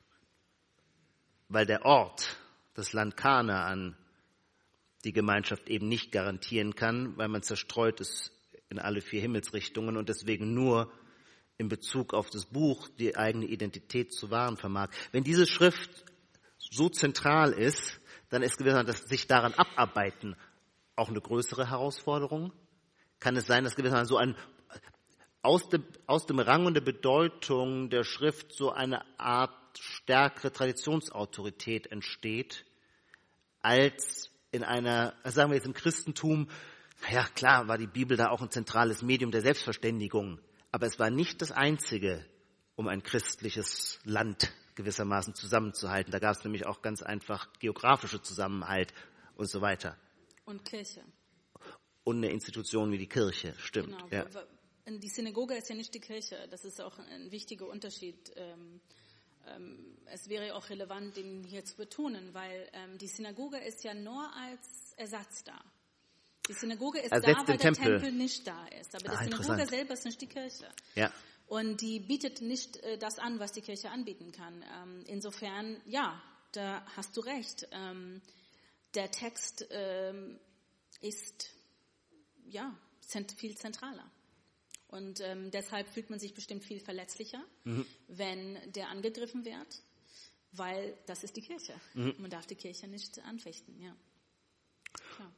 weil der Ort, das Land Kanaan, die Gemeinschaft eben nicht garantieren kann, weil man zerstreut ist in alle vier Himmelsrichtungen und deswegen nur in Bezug auf das Buch die eigene Identität zu wahren vermag. Wenn diese Schrift so zentral ist, dann ist gewissermaßen das sich daran abarbeiten auch eine größere Herausforderung. Kann es sein, dass gewissermaßen so ein aus dem, aus dem Rang und der Bedeutung der Schrift so eine Art stärkere Traditionsautorität entsteht, als in einer, sagen wir jetzt im Christentum, ja klar, war die Bibel da auch ein zentrales Medium der Selbstverständigung. Aber es war nicht das Einzige, um ein christliches Land gewissermaßen zusammenzuhalten. Da gab es nämlich auch ganz einfach geografische Zusammenhalt und so weiter. Und Kirche. Und eine Institution wie die Kirche, stimmt. Genau. Ja. Die Synagoge ist ja nicht die Kirche. Das ist auch ein wichtiger Unterschied. Ähm, ähm, es wäre auch relevant, den hier zu betonen, weil ähm, die Synagoge ist ja nur als Ersatz da. Die Synagoge ist Ersetzt da, weil den der Tempel. Tempel nicht da ist. Aber Ah, die Synagoge selber ist nicht die Kirche. Ja. Und die bietet nicht äh, das an, was die Kirche anbieten kann. Ähm, insofern, ja, da hast du recht. Ähm, der Text ähm, ist ja zent- viel zentraler. Und ähm, deshalb fühlt man sich bestimmt viel verletzlicher, mhm. wenn der angegriffen wird, weil das ist die Kirche. Mhm. Man darf die Kirche nicht anfechten, ja. Klar.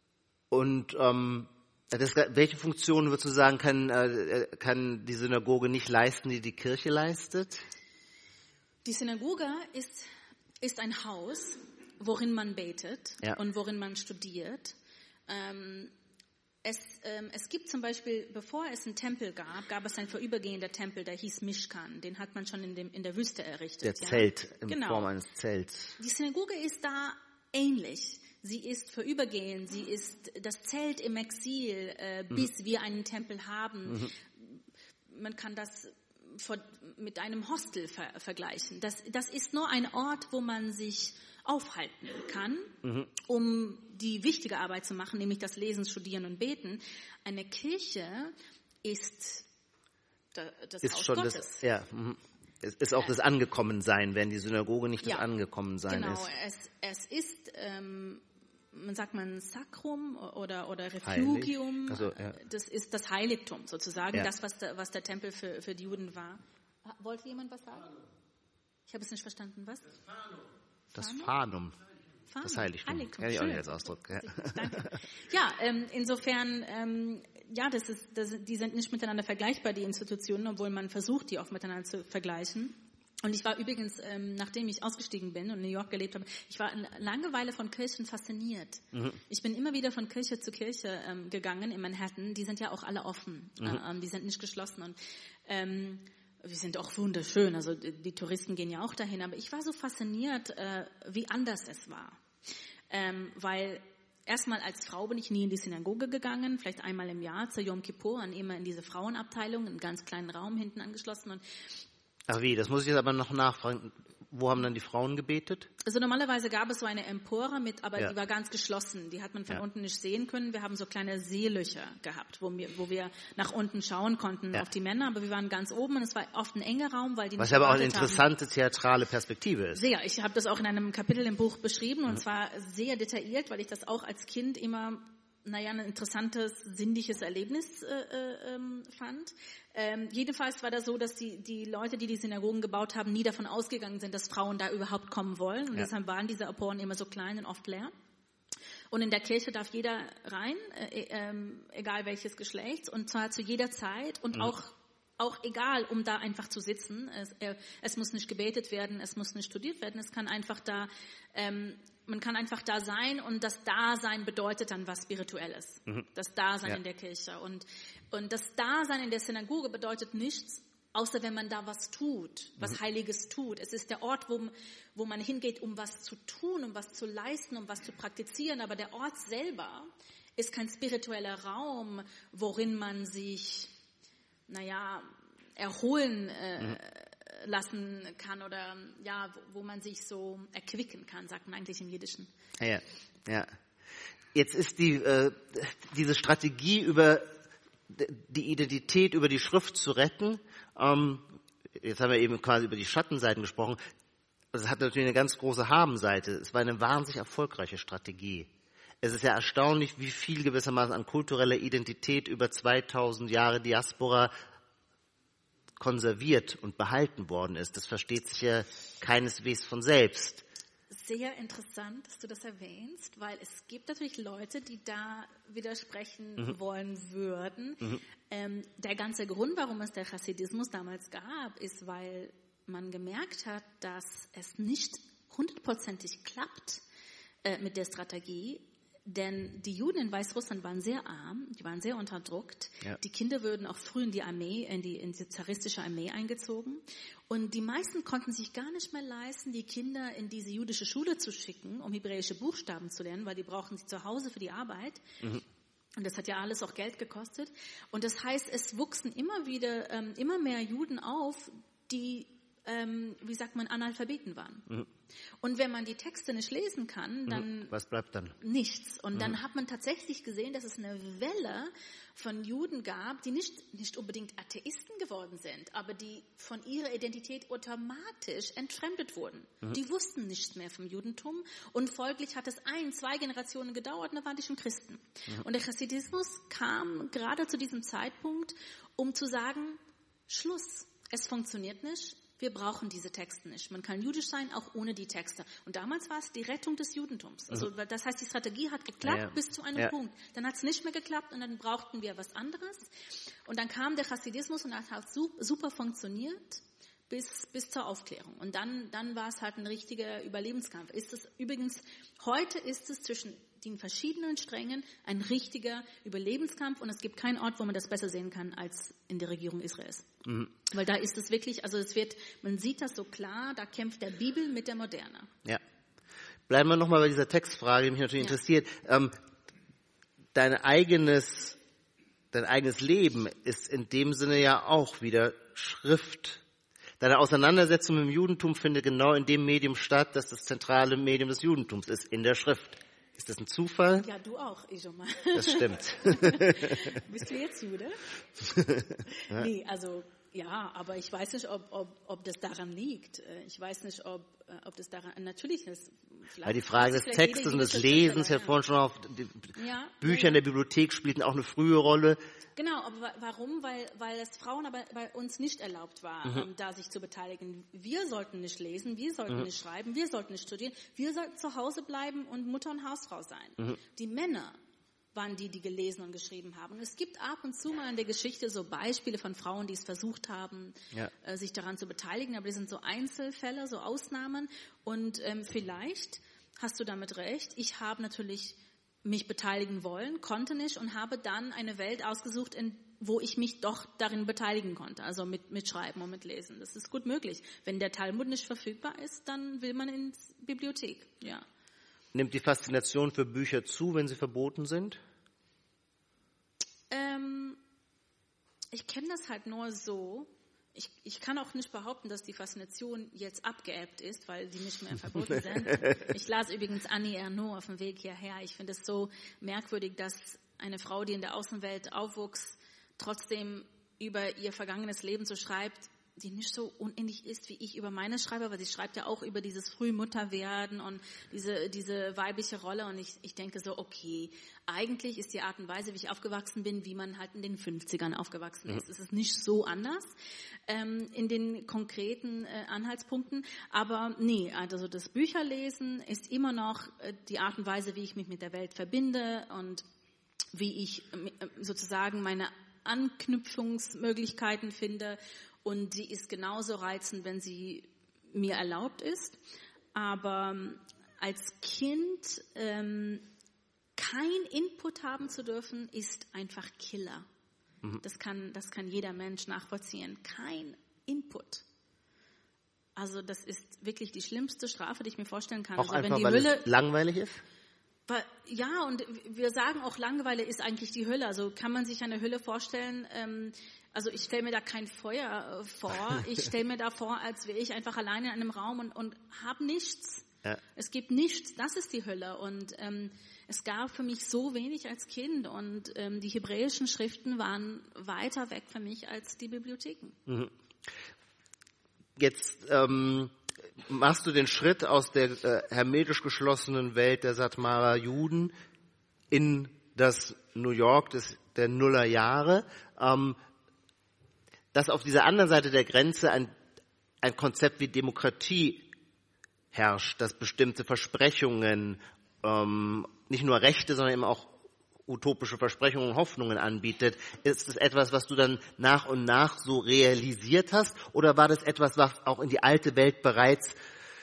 Und ähm, das, welche Funktion, würdest du sagen, kann, äh, kann die Synagoge nicht leisten, die die Kirche leistet? Die Synagoge ist, ist ein Haus, worin man betet ja. und worin man studiert. Ähm, es, ähm, es gibt zum Beispiel, bevor es einen Tempel gab, gab es einen vorübergehender Tempel, der hieß Mishkan. Den hat man schon in, dem, in der Wüste errichtet. Der ja? Zelt, in genau. Form eines Zelts. Die Synagoge ist da ähnlich. Sie ist vorübergehend, sie ist das Zelt im Exil, äh, bis mhm. wir einen Tempel haben. Mhm. Man kann das vor, mit einem Hostel ver- vergleichen. Das, das ist nur ein Ort, wo man sich aufhalten kann, mhm. um die wichtige Arbeit zu machen, nämlich das Lesen, Studieren und Beten. Eine Kirche ist das ist Haus schon Gottes. Das, ja, mhm. Es ist auch das Angekommensein, während die Synagoge nicht ja, das Angekommensein genau, ist. Genau, es, es ist, ähm, man sagt man Sacrum oder, oder Refugium, also, ja. das ist das Heiligtum sozusagen, ja. das, was der, was der Tempel für, für die Juden war. Wollte jemand was sagen? Ich habe es nicht verstanden, was? Das Phanum. Fanum. Das Heiligtum. Heiligtum. Kann ich auch Schön. nicht als Ausdruck. Ja, Danke. Ja, ähm, insofern, ähm, ja, das ist, das, die sind nicht miteinander vergleichbar, die Institutionen, obwohl man versucht, die auch miteinander zu vergleichen. Und ich war übrigens, ähm, nachdem ich ausgestiegen bin und in New York gelebt habe, ich war eine lange Weile von Kirchen fasziniert. Mhm. Ich bin immer wieder von Kirche zu Kirche ähm, gegangen in Manhattan. Die sind ja auch alle offen. Mhm. Ähm, die sind nicht geschlossen. Und ähm, wir sind auch wunderschön. Also die, die Touristen gehen ja auch dahin. Aber ich war so fasziniert, äh, wie anders es war. Ähm, weil erstmal als Frau bin ich nie in die Synagoge gegangen, vielleicht einmal im Jahr zur Yom Kippur, und immer in diese Frauenabteilung, einen ganz kleinen Raum hinten angeschlossen. Und Ach wie, das muss ich jetzt aber noch nachfragen. Wo haben dann die Frauen gebetet? Also normalerweise gab es so eine Empore mit, aber Ja. die war ganz geschlossen. Die hat man von Ja. unten nicht sehen können. Wir haben so kleine Seelöcher gehabt, wo wir, wo wir nach unten schauen konnten Ja. auf die Männer, aber wir waren ganz oben und es war oft ein enger Raum, weil die Was nicht aber auch eine gewartet haben. interessante theatrale Perspektive ist. Sehr. Ich habe das auch in einem Kapitel im Buch beschrieben und zwar sehr detailliert, weil ich das auch als Kind immer, naja, ein interessantes, sinnliches Erlebnis äh, äh, ähm, fand. Ähm, jedenfalls war das so, dass die, die Leute, die die Synagogen gebaut haben, nie davon ausgegangen sind, dass Frauen da überhaupt kommen wollen. Und Ja. deshalb waren diese Emporen immer so klein und oft leer. Und in der Kirche darf jeder rein, äh, ähm, egal welches Geschlechts, und zwar zu jeder Zeit und Mhm. auch auch egal, um da einfach zu sitzen. Es, äh, es muss nicht gebetet werden, es muss nicht studiert werden, es kann einfach da, ähm, man kann einfach da sein und das Dasein bedeutet dann was Spirituelles. Mhm. Das Dasein Ja. in der Kirche. Und, und das Dasein in der Synagoge bedeutet nichts, außer wenn man da was tut, was Mhm. Heiliges tut. Es ist der Ort, wo, wo man hingeht, um was zu tun, um was zu leisten, um was zu praktizieren. Aber der Ort selber ist kein spiritueller Raum, worin man sich, naja, erholen äh, Mhm. lassen kann oder ja, wo, wo man sich so erquicken kann, sagt man eigentlich im Jiddischen. Ja, ja. Jetzt ist die äh, diese Strategie über die Identität, über die Schrift zu retten. Ähm, jetzt haben wir eben quasi über die Schattenseiten gesprochen. Das hat natürlich eine ganz große Habenseite. Es war eine wahnsinnig erfolgreiche Strategie. Es ist ja erstaunlich, wie viel gewissermaßen an kultureller Identität über zweitausend Jahre Diaspora konserviert und behalten worden ist. Das versteht sich ja keineswegs von selbst. Sehr interessant, dass du das erwähnst, weil es gibt natürlich Leute, die da widersprechen Mhm. wollen würden. Mhm. Ähm, der ganze Grund, warum es der Chassidismus damals gab, ist, weil man gemerkt hat, dass es nicht hundertprozentig klappt äh, mit der Strategie. Denn die Juden in Weißrussland waren sehr arm, die waren sehr unterdrückt. Ja. Die Kinder würden auch früh in die Armee, in die, in die zaristische Armee eingezogen. Und die meisten konnten sich gar nicht mehr leisten, die Kinder in diese jüdische Schule zu schicken, um hebräische Buchstaben zu lernen, weil die brauchen sie zu Hause für die Arbeit. Mhm. Und das hat ja alles auch Geld gekostet. Und das heißt, es wuchsen immer wieder, ähm, immer mehr Juden auf, die, ähm, wie sagt man, Analphabeten waren. Mhm. Und wenn man die Texte nicht lesen kann, dann Was bleibt dann? nichts. Und Mhm. dann hat man tatsächlich gesehen, dass es eine Welle von Juden gab, die nicht, nicht unbedingt Atheisten geworden sind, aber die von ihrer Identität automatisch entfremdet wurden. Mhm. Die wussten nichts mehr vom Judentum und folglich hat es ein, zwei Generationen gedauert und dann waren die schon Christen. Mhm. Und der Chassidismus kam gerade zu diesem Zeitpunkt, um zu sagen, Schluss, es funktioniert nicht. Wir brauchen diese Texte nicht. Man kann jüdisch sein, auch ohne die Texte. Und damals war es die Rettung des Judentums. Also das heißt, die Strategie hat geklappt Ja, ja. bis zu einem Ja. Punkt. Dann hat es nicht mehr geklappt und dann brauchten wir was anderes. Und dann kam der Chassidismus und das hat su- super funktioniert bis, bis zur Aufklärung. Und dann, dann war es halt ein richtiger Überlebenskampf. Ist es übrigens, heute ist es zwischen den verschiedenen Strängen ein richtiger Überlebenskampf und es gibt keinen Ort, wo man das besser sehen kann als in der Regierung Israels. Mhm. Weil da ist es wirklich, also es wird, man sieht das so klar, da kämpft der Bibel mit der Moderne. Ja. Bleiben wir nochmal bei dieser Textfrage, die mich natürlich Ja. interessiert. Ähm, dein eigenes, dein eigenes Leben ist in dem Sinne ja auch wieder Schrift. Deine Auseinandersetzung mit dem Judentum findet genau in dem Medium statt, das das zentrale Medium des Judentums ist, in der Schrift. Ist das ein Zufall? Ja, du auch, Ijoma. Das stimmt. Bist du jetzt Jude? Ja. Nee, also ja, aber ich weiß nicht, ob, ob, ob das daran liegt. Äh, Ich weiß nicht, ob, äh, ob das daran, natürlich ist. Weil die Frage des Textes und des Lesens, ja vorhin schon auf die Ja, Bücher ja. in der Bibliothek spielten auch eine frühe Rolle. Genau, aber wa- warum? Weil, weil es Frauen aber bei uns nicht erlaubt war, Mhm. ähm, da sich zu beteiligen. Wir sollten nicht lesen, wir sollten Mhm. nicht schreiben, wir sollten nicht studieren, wir sollten zu Hause bleiben und Mutter und Hausfrau sein. Mhm. Die Männer waren die, die gelesen und geschrieben haben. Und es gibt ab und zu mal in der Geschichte so Beispiele von Frauen, die es versucht haben, Ja. äh, sich daran zu beteiligen, aber die sind so Einzelfälle, so Ausnahmen. Und ähm, vielleicht hast du damit recht. Ich habe natürlich mich beteiligen wollen, konnte nicht und habe dann eine Welt ausgesucht, in, wo ich mich doch darin beteiligen konnte, also mit, mit Schreiben und mit Lesen. Das ist gut möglich. Wenn der Talmud nicht verfügbar ist, dann will man ins Bibliothek, ja. Nimmt die Faszination für Bücher zu, wenn sie verboten sind? Ähm, ich kenne das halt nur so, ich, ich kann auch nicht behaupten, dass die Faszination jetzt abgeebbt ist, weil die nicht mehr verboten sind. Ich las übrigens Annie Ernaux auf dem Weg hierher. Ich finde es so merkwürdig, dass eine Frau, die in der Außenwelt aufwuchs, trotzdem über ihr vergangenes Leben so schreibt, die nicht so unähnlich ist, wie ich über meine schreibe, weil sie schreibt ja auch über dieses Frühmutterwerden und diese, diese weibliche Rolle. Und ich, ich denke so, okay, eigentlich ist die Art und Weise, wie ich aufgewachsen bin, wie man halt in den fünfzigern aufgewachsen ist. Mhm. Es ist nicht so anders ähm, in den konkreten äh, Anhaltspunkten. Aber nee, also das Bücherlesen ist immer noch äh, die Art und Weise, wie ich mich mit der Welt verbinde und wie ich äh, sozusagen meine Anknüpfungsmöglichkeiten finde. Und sie ist genauso reizend, wenn sie mir erlaubt ist. Aber als Kind ähm, kein Input haben zu dürfen, ist einfach Killer. Mhm. Das kann, das kann jeder Mensch nachvollziehen. Kein Input. Also das ist wirklich die schlimmste Strafe, die ich mir vorstellen kann. Auch also, einfach, wenn die weil Hölle, es langweilig ist? Weil, ja, und wir sagen auch, Langeweile ist eigentlich die Hölle. Also kann man sich eine Hölle vorstellen, ähm, also ich stelle mir da kein Feuer äh, vor. Ich stelle mir da vor, als wäre ich einfach alleine in einem Raum und, und habe nichts. Ja. Es gibt nichts. Das ist die Hölle. Und ähm, es gab für mich so wenig als Kind. Und ähm, die hebräischen Schriften waren weiter weg für mich als die Bibliotheken. Mhm. Jetzt ähm, machst du den Schritt aus der äh, hermetisch geschlossenen Welt der Satmarer Juden in das New York des, der Nullerjahre. Ähm, dass auf dieser anderen Seite der Grenze ein, ein Konzept wie Demokratie herrscht, dass bestimmte Versprechungen, ähm, nicht nur Rechte, sondern eben auch utopische Versprechungen und Hoffnungen anbietet. Ist es etwas, was du dann nach und nach so realisiert hast, oder war das etwas, was auch in die alte Welt bereits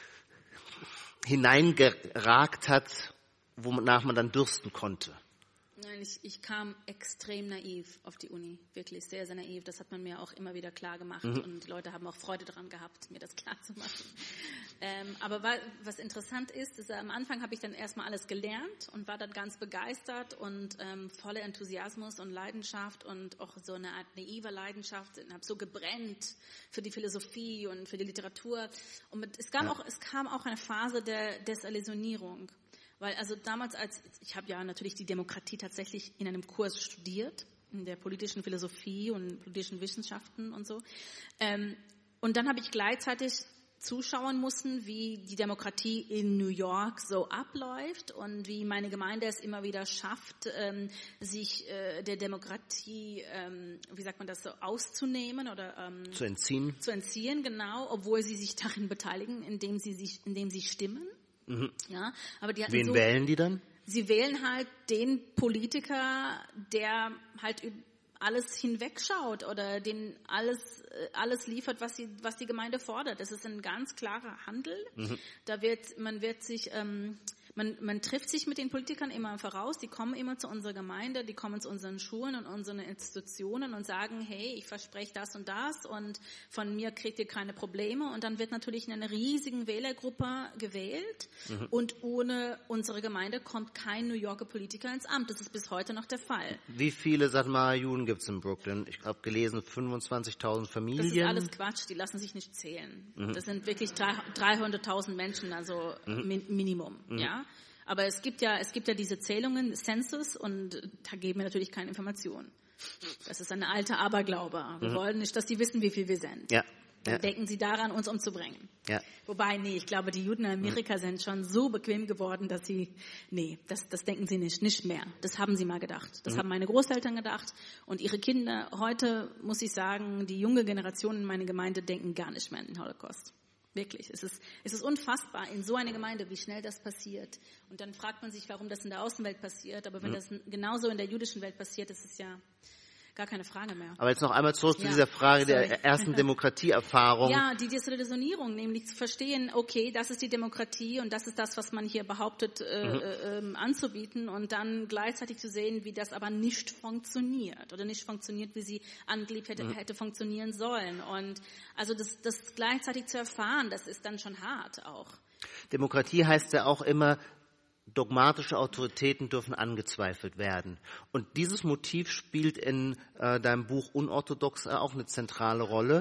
hineingeragt hat, wonach man dann dürsten konnte? Nein, ich, ich kam extrem naiv auf die Uni, wirklich sehr, sehr naiv. Das hat man mir auch immer wieder klar gemacht mhm. und die Leute haben auch Freude daran gehabt, mir das klar zu machen. Ähm, aber wa- was interessant ist, ist, am Anfang habe ich dann erstmal alles gelernt und war dann ganz begeistert und ähm, voller Enthusiasmus und Leidenschaft und auch so eine Art naiver Leidenschaft und habe so gebrennt für die Philosophie und für die Literatur. Und mit, es, gab ja. auch, es kam auch eine Phase der Desillusionierung. Weil also damals, als ich habe ja natürlich die Demokratie tatsächlich in einem Kurs studiert, in der politischen Philosophie und politischen Wissenschaften und so. Ähm, und dann habe ich gleichzeitig zuschauen müssen, wie die Demokratie in New York so abläuft und wie meine Gemeinde es immer wieder schafft, ähm, sich äh, der Demokratie, ähm, wie sagt man das, so auszunehmen oder ähm, zu entziehen. Zu entziehen, genau, obwohl sie sich darin beteiligen, indem sie sich, indem sie stimmen. Mhm. Ja, aber die hatten Wen so, wählen die dann? Sie wählen halt den Politiker, der halt alles hinwegschaut oder den alles alles liefert, was sie was die Gemeinde fordert. Das ist ein ganz klarer Handel. Mhm. Da wird man wird sich ähm, man man trifft sich mit den Politikern immer voraus. Die kommen immer zu unserer Gemeinde, die kommen zu unseren Schulen und unseren Institutionen und sagen, hey, ich verspreche das und das und von mir kriegt ihr keine Probleme. Und dann wird natürlich in einer riesigen Wählergruppe gewählt mhm. und ohne unsere Gemeinde kommt kein New Yorker Politiker ins Amt. Das ist bis heute noch der Fall. Wie viele Satmarer Juden gibt es in Brooklyn? Ich habe gelesen, fünfundzwanzigtausend Familien. Das ist alles Quatsch, die lassen sich nicht zählen. Mhm. Das sind wirklich dreihunderttausend Menschen, also mhm. min- Minimum, mhm. ja. Aber es gibt ja, es gibt ja diese Zählungen, Census, und da geben wir natürlich keine Informationen. Das ist eine alte Aberglaube. Wir mhm. wollen nicht, dass die wissen, wie viel wir sind. Ja. Dann ja. denken sie daran, uns umzubringen. Ja. Wobei, nee, ich glaube, die Juden in Amerika mhm. sind schon so bequem geworden, dass sie, nee, das, das denken sie nicht, nicht mehr. Das haben sie mal gedacht. Das mhm. haben meine Großeltern gedacht. Und ihre Kinder, heute muss ich sagen, die junge Generation in meiner Gemeinde denken gar nicht mehr an den Holocaust. Wirklich. Es ist, es ist unfassbar in so einer Gemeinde, wie schnell das passiert. Und dann fragt man sich, warum das in der Außenwelt passiert. Aber wenn mhm. das genauso in der jüdischen Welt passiert, ist es ja gar keine Frage mehr. Aber jetzt noch einmal zurück ja, zu dieser Frage sorry. der ersten Demokratieerfahrung. Ja, die Desillusionierung, nämlich zu verstehen, okay, das ist die Demokratie und das ist das, was man hier behauptet äh, mhm. äh, anzubieten und dann gleichzeitig zu sehen, wie das aber nicht funktioniert oder nicht funktioniert, wie sie angeblich hätte, mhm. hätte funktionieren sollen. Und also das, das gleichzeitig zu erfahren, das ist dann schon hart auch. Demokratie heißt ja auch immer, dogmatische Autoritäten dürfen angezweifelt werden. Und dieses Motiv spielt in äh, deinem Buch Unorthodox auch eine zentrale Rolle.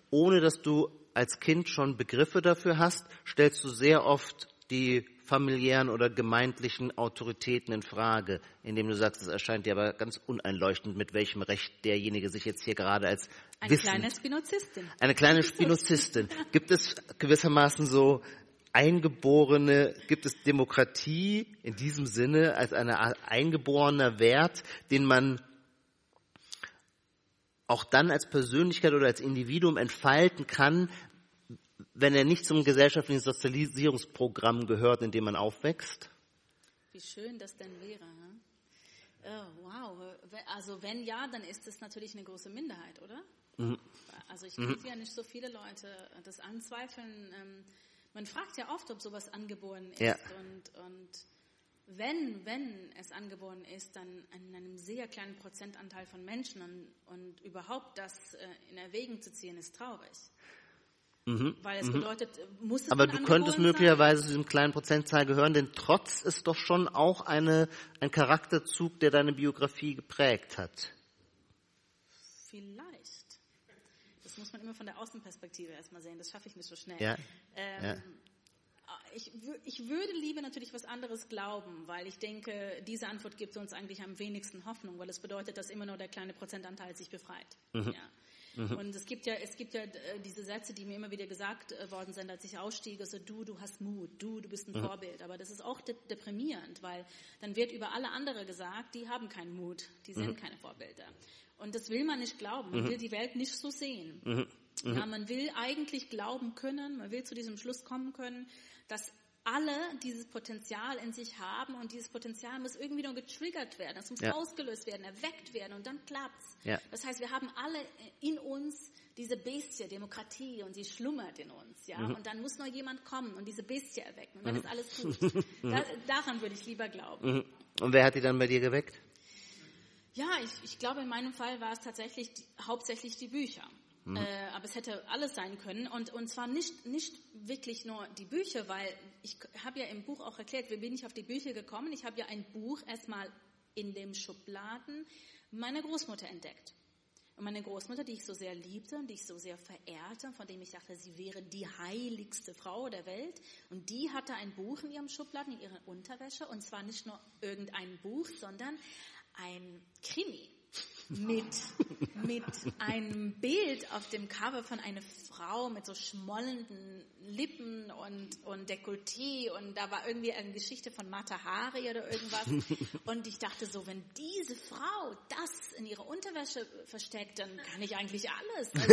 ohne dass du als Kind schon Begriffe dafür hast, stellst du sehr oft die familiären oder gemeindlichen Autoritäten in Frage, indem du sagst, es erscheint dir aber ganz uneinleuchtend, mit welchem Recht derjenige sich jetzt hier gerade als Eine wissend, kleine Spinozistin. Eine kleine Spinozistin. Gibt es gewissermaßen so eingeborene, gibt es Demokratie in diesem Sinne als eine Art eingeborener Wert, den man auch dann als Persönlichkeit oder als Individuum entfalten kann, wenn er nicht zum gesellschaftlichen Sozialisierungsprogramm gehört, in dem man aufwächst? Wie schön das denn wäre. Hm? Oh, wow. Also wenn ja, dann ist es natürlich eine große Minderheit, oder? Mhm. Also ich kenne mhm. ja nicht so viele Leute das anzweifeln. Ähm, man fragt ja oft, ob sowas angeboren ist. Ja. Und, und wenn, wenn es angeboren ist, dann in einem sehr kleinen Prozentanteil von Menschen. Und, und überhaupt das äh, in Erwägung zu ziehen, ist traurig. Mhm. Weil es bedeutet, muss es Aber du könntest sein? möglicherweise zu diesem kleinen Prozentzahl gehören, denn Trotz ist doch schon auch eine, ein Charakterzug, der deine Biografie geprägt hat. Vielleicht. Das muss man immer von der Außenperspektive erstmal sehen. Das schaffe ich nicht so schnell. Ja. Ähm, ja. Ich, ich würde lieber natürlich was anderes glauben, weil ich denke, diese Antwort gibt uns eigentlich am wenigsten Hoffnung, weil es bedeutet, dass immer nur der kleine Prozentanteil sich befreit. Mhm. Ja. Mhm. Und es gibt ja, es gibt ja diese Sätze, die mir immer wieder gesagt worden sind, als ich ausstieg, also du, du hast Mut, du, du bist ein mhm. Vorbild. Aber das ist auch de- deprimierend, weil dann wird über alle andere gesagt, die haben keinen Mut, die sind mhm. keine Vorbilder. Und das will man nicht glauben, man mhm. will die Welt nicht so sehen. Mhm. Mhm. Ja, man will eigentlich glauben können, man will zu diesem Schluss kommen können, dass alle dieses Potenzial in sich haben und dieses Potenzial muss irgendwie noch getriggert werden, es muss ja. ausgelöst werden, erweckt werden und dann klappt's. Ja. Das heißt, wir haben alle in uns diese Bestie, Demokratie, und sie schlummert in uns, ja. Mhm. Und dann muss noch jemand kommen und diese Bestie erwecken. Und wenn mhm. das alles tut, da, daran würde ich lieber glauben. Mhm. Und wer hat die dann bei dir geweckt? Ja, ich, ich glaube, in meinem Fall war es tatsächlich die, hauptsächlich die Bücher. Mhm. Äh, aber es hätte alles sein können und, und zwar nicht, nicht wirklich nur die Bücher, weil ich habe ja im Buch auch erklärt, wie bin ich auf die Bücher gekommen. Ich habe ja ein Buch erstmal in den Schubladen meiner Großmutter entdeckt. Und meine Großmutter, die ich so sehr liebte und die ich so sehr verehrte, von dem ich dachte, sie wäre die heiligste Frau der Welt. Und die hatte ein Buch in ihrem Schubladen, in ihrer Unterwäsche. Und zwar nicht nur irgendein Buch, sondern ein Krimi. Mit, mit einem Bild auf dem Cover von einer Frau mit so schmollenden Lippen und, und Dekolleté und da war irgendwie eine Geschichte von Mata Hari oder irgendwas und ich dachte so, wenn diese Frau das in ihrer Unterwäsche versteckt, dann kann ich eigentlich alles. Also,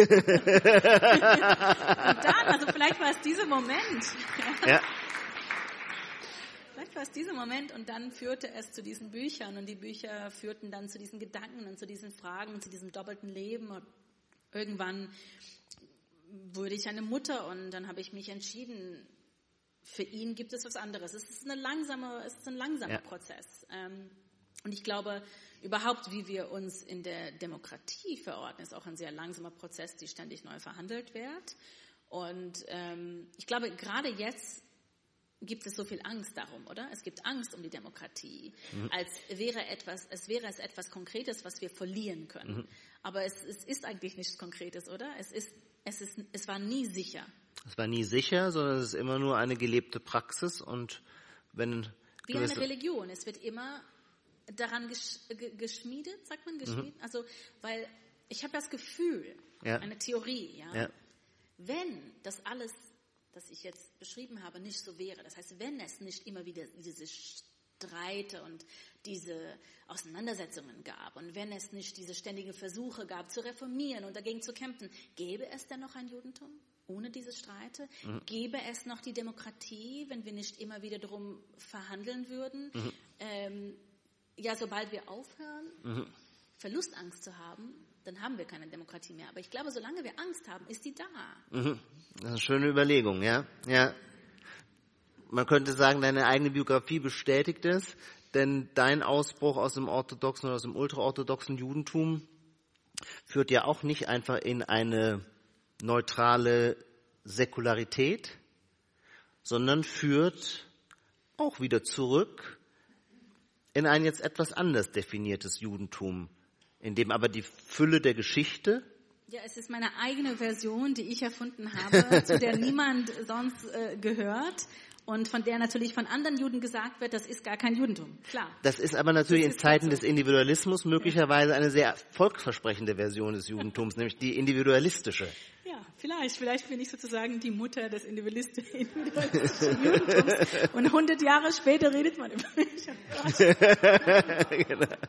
und dann, also vielleicht war es dieser Moment. Ja. Vielleicht war es dieser Moment und dann führte es zu diesen Büchern und die Bücher führten dann zu diesen Gedanken und zu diesen Fragen und zu diesem doppelten Leben und irgendwann wurde ich eine Mutter und dann habe ich mich entschieden, für ihn gibt es was anderes. Es ist, eine langsame, es ist ein langsamer ja. Prozess und ich glaube, überhaupt wie wir uns in der Demokratie verorten, ist auch ein sehr langsamer Prozess, die ständig neu verhandelt wird und ähm, ich glaube, gerade jetzt gibt es so viel Angst darum, oder? Es gibt Angst um die Demokratie, mhm. als wäre etwas, es wäre es etwas Konkretes, was wir verlieren können. Mhm. Aber es, es ist eigentlich nichts Konkretes, oder? Es ist, es ist, es war nie sicher. Es war nie sicher, sondern es ist immer nur eine gelebte Praxis und wenn wie eine Religion. Es wird immer daran gesch, ge, geschmiedet, sagt man geschmiedet? Mhm. Also, weil ich habe das Gefühl, ja. eine Theorie, ja? ja, wenn das alles das ich jetzt beschrieben habe, nicht so wäre. Das heißt, wenn es nicht immer wieder diese Streite und diese Auseinandersetzungen gab und wenn es nicht diese ständigen Versuche gab, zu reformieren und dagegen zu kämpfen, gäbe es dann noch ein Judentum ohne diese Streite? Mhm. Gäbe es noch die Demokratie, wenn wir nicht immer wieder darum verhandeln würden? Mhm. Ähm, ja, sobald wir aufhören, mhm. Verlustangst zu haben, dann haben wir keine Demokratie mehr. Aber ich glaube, solange wir Angst haben, ist die da. Mhm. Das ist eine schöne Überlegung, ja. ja. Man könnte sagen, deine eigene Biografie bestätigt es, denn dein Ausbruch aus dem orthodoxen oder aus dem ultraorthodoxen Judentum führt ja auch nicht einfach in eine neutrale Säkularität, sondern führt auch wieder zurück in ein jetzt etwas anders definiertes Judentum, in dem aber die Fülle der Geschichte Ja, es ist meine eigene Version, die ich erfunden habe, zu der niemand sonst äh, gehört. Und von der natürlich von anderen Juden gesagt wird, das ist gar kein Judentum. Klar. Das ist aber natürlich in Zeiten so. des Individualismus möglicherweise eine sehr volksversprechende Version des Judentums, nämlich die individualistische. Ja, vielleicht. Vielleicht bin ich sozusagen die Mutter des individualistischen Judentums. Und hundert Jahre später redet man über mich. Genau.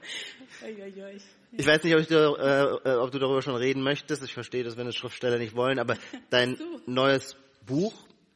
Ich weiß nicht, ob, ich da, äh, ob du darüber schon reden möchtest. Ich verstehe das, wenn es Schriftsteller nicht wollen. Aber dein so. neues Buch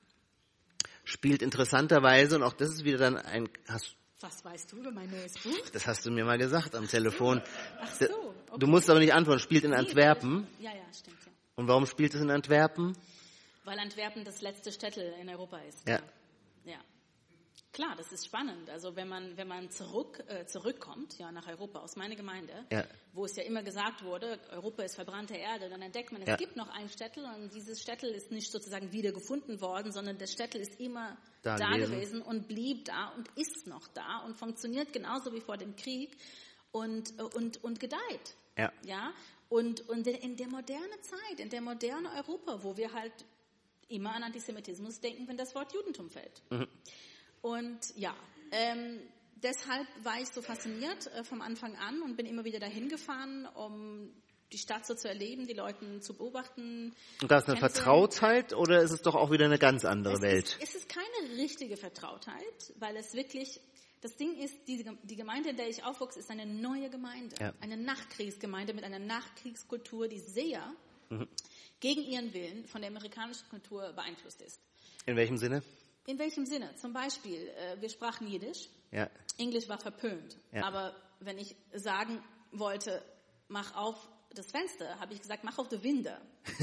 spielt interessanterweise, und auch das ist wieder dann ein... Hast, Was weißt du über mein neues Buch? Das hast du mir mal gesagt am Telefon. Ach so, okay. Du musst aber nicht antworten. Spielt in Antwerpen. Ja, ja, stimmt. Ja. Und warum spielt es in Antwerpen? Weil Antwerpen das letzte Städtel in Europa ist. Ja. Ja. Klar, das ist spannend. Also wenn man wenn man zurück äh, zurückkommt, ja, nach Europa aus meiner Gemeinde, ja. wo es ja immer gesagt wurde, Europa ist verbrannte Erde, dann entdeckt man, es ja. gibt noch ein Städtel und dieses Städtel ist nicht sozusagen wieder gefunden worden, sondern das Städtel ist immer da, da gewesen. gewesen und blieb da und ist noch da und funktioniert genauso wie vor dem Krieg und und und gedeiht. Ja. Ja. Und und in der modernen Zeit, in der modernen Europa, wo wir halt immer an Antisemitismus denken, wenn das Wort Judentum fällt. Mhm. Und ja, ähm, deshalb war ich so fasziniert äh, vom Anfang an und bin immer wieder dahin gefahren, um die Stadt so zu erleben, die Leute zu beobachten. Und das ist eine Vertrautheit oder ist es doch auch wieder eine ganz andere es Welt? Ist, es ist keine richtige Vertrautheit, weil es wirklich, das Ding ist, die, die Gemeinde, in der ich aufwuchs, ist eine neue Gemeinde. Ja. Eine Nachkriegsgemeinde mit einer Nachkriegskultur, die sehr mhm. gegen ihren Willen von der amerikanischen Kultur beeinflusst ist. In welchem Sinne? In welchem Sinne? Zum Beispiel, äh, wir sprachen Jiddisch. Ja. Englisch war verpönt. Ja. Aber wenn ich sagen wollte, mach auf das Fenster, habe ich gesagt, mach auf die Winde.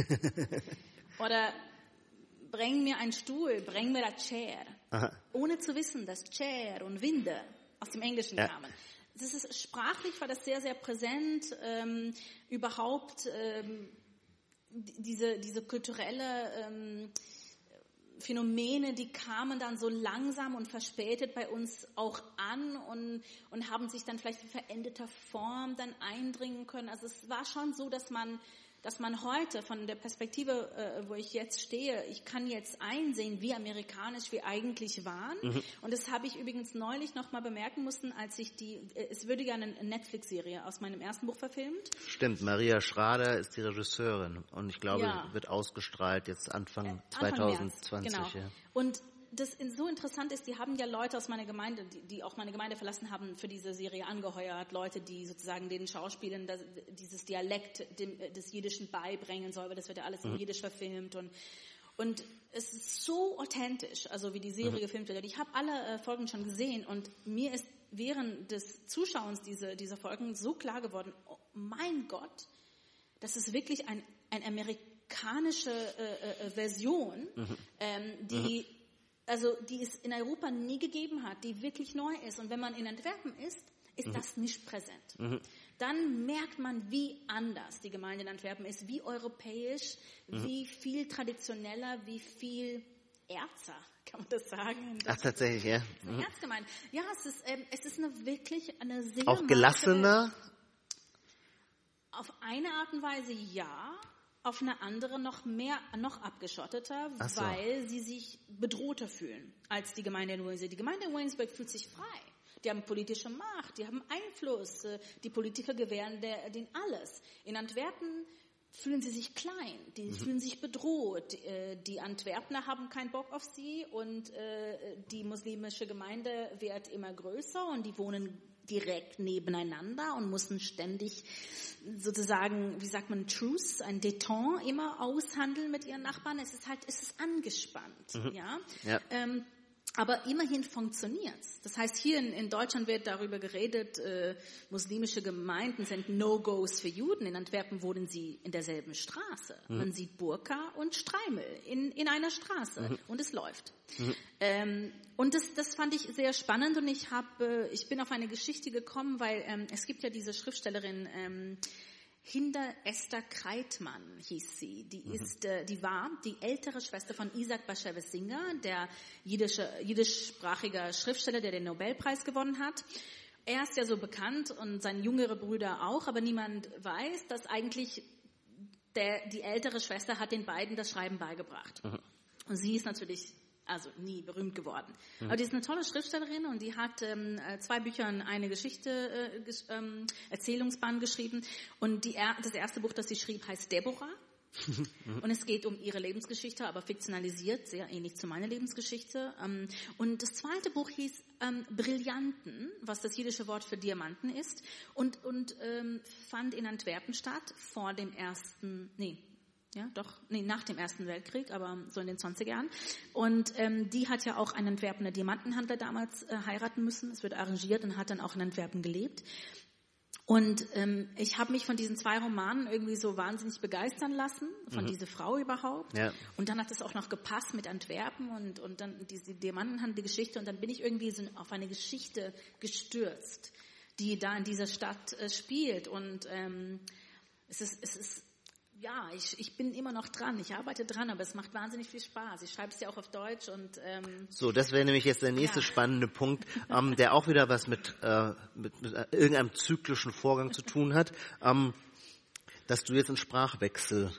Oder bring mir einen Stuhl, bring mir das Chair. Aha. Ohne zu wissen, dass Chair und Winde aus dem Englischen ja. kamen. Das ist, sprachlich war das sehr, sehr präsent. Ähm, überhaupt ähm, diese, diese kulturelle... Ähm, Phänomene, die kamen dann so langsam und verspätet bei uns auch an und, und haben sich dann vielleicht in veränderter Form dann eindringen können. Also es war schon so, dass man, dass man heute von der Perspektive, äh, wo ich jetzt stehe, ich kann jetzt einsehen, wie amerikanisch wir eigentlich waren. Mhm. Und das habe ich übrigens neulich noch mal bemerken müssen, als ich die, äh, es würde ja eine Netflix-Serie aus meinem ersten Buch verfilmt. Stimmt, Maria Schrader ist die Regisseurin und ich glaube, ja. wird ausgestrahlt jetzt Anfang, äh, Anfang zwanzig zwanzig. Genau. Ja. Und das so interessant ist, die haben ja Leute aus meiner Gemeinde, die, die auch meine Gemeinde verlassen haben, für diese Serie angeheuert. Leute, die sozusagen den Schauspielern das, dieses Dialekt dem, des Jiddischen beibringen sollen, weil das wird ja alles mhm. in Jiddisch verfilmt. Und, und es ist so authentisch, also wie die Serie mhm. gefilmt wird. Ich habe alle äh, Folgen schon gesehen und mir ist während des Zuschauens diese, dieser Folgen so klar geworden, oh mein Gott, das ist wirklich ein, ein amerikanische äh, äh, Version, mhm. ähm, die... Mhm. Also die es in Europa nie gegeben hat, die wirklich neu ist. Und wenn man in Antwerpen ist, ist mhm. das nicht präsent. Mhm. Dann merkt man, wie anders die Gemeinde in Antwerpen ist, wie europäisch, mhm. wie viel traditioneller, wie viel ärzer, kann man das sagen? Ach, tatsächlich, ja. Mhm. Erzgemeinde. Ja, es ist, ähm, es ist eine wirklich eine sehr... Auch gelassener? Auf eine Art und Weise ja. Auf eine andere noch mehr, noch abgeschotteter, so. Weil sie sich bedrohter fühlen als die Gemeinde in Waynesburg. Die Gemeinde in Waynesburg fühlt sich frei. Die haben politische Macht, die haben Einfluss, die Politiker gewähren denen alles. In Antwerpen fühlen sie sich klein, die mhm. fühlen sich bedroht. Die Antwerpner haben keinen Bock auf sie und die muslimische Gemeinde wird immer größer und die wohnen direkt nebeneinander und mussten ständig sozusagen, wie sagt man, Truce, ein Détente immer aushandeln mit ihren Nachbarn. Es ist halt, es ist angespannt, mhm. ja. ja. Ähm, aber immerhin funktioniert's. Das heißt, hier in, in Deutschland wird darüber geredet, äh, muslimische Gemeinden sind No-Gos für Juden. In Antwerpen wohnen sie in derselben Straße. Mhm. Man sieht Burka und Streimel in, in einer Straße mhm. und es läuft. Mhm. Ähm, und das, das fand ich sehr spannend und ich habe, ich bin auf eine Geschichte gekommen, weil ähm, es gibt ja diese Schriftstellerin ähm, Hinda Esther Kreitmann hieß sie. Die mhm. ist, äh, die war die ältere Schwester von Isaac Bashevis Singer, der jiddische, jiddischsprachiger Schriftsteller, der den Nobelpreis gewonnen hat. Er ist ja so bekannt und seine jüngere Brüder auch, aber niemand weiß, dass eigentlich der, die ältere Schwester hat den beiden das Schreiben beigebracht. Mhm. Und sie ist natürlich also nie berühmt geworden. Mhm. Aber die ist eine tolle Schriftstellerin und die hat ähm, zwei Bücher und eine Geschichte, äh, ges- ähm, Erzählungsband geschrieben. Und die er- das erste Buch, das sie schrieb, heißt Deborah. Und es geht um ihre Lebensgeschichte, aber fiktionalisiert, sehr ähnlich zu meiner Lebensgeschichte. Und das zweite Buch hieß ähm, Brillanten, was das jüdische Wort für Diamanten ist, und, und ähm, fand in Antwerpen statt vor dem ersten, nee, ja, doch, nee, nach dem Ersten Weltkrieg, aber so in den zwanziger Jahren. Und ähm, die hat ja auch einen Antwerpener Diamantenhandler damals äh, heiraten müssen. Es wird arrangiert und hat dann auch in Antwerpen gelebt. Und ähm, ich habe mich von diesen zwei Romanen irgendwie so wahnsinnig begeistern lassen, von mhm. dieser Frau überhaupt. Ja. Und dann hat es auch noch gepasst mit Antwerpen und, und dann diese Diamantenhandel, die Geschichte. Und dann bin ich irgendwie so auf eine Geschichte gestürzt, die da in dieser Stadt äh, spielt. Und ähm, es ist, es ist ja, ich, ich bin immer noch dran, ich arbeite dran, aber es macht wahnsinnig viel Spaß. Ich schreibe es ja auch auf Deutsch und ähm, so, das wäre nämlich jetzt der nächste ja. spannende Punkt, ähm, der auch wieder was mit, äh, mit, mit irgendeinem zyklischen Vorgang zu tun hat, ähm, dass du jetzt einen Sprachwechsel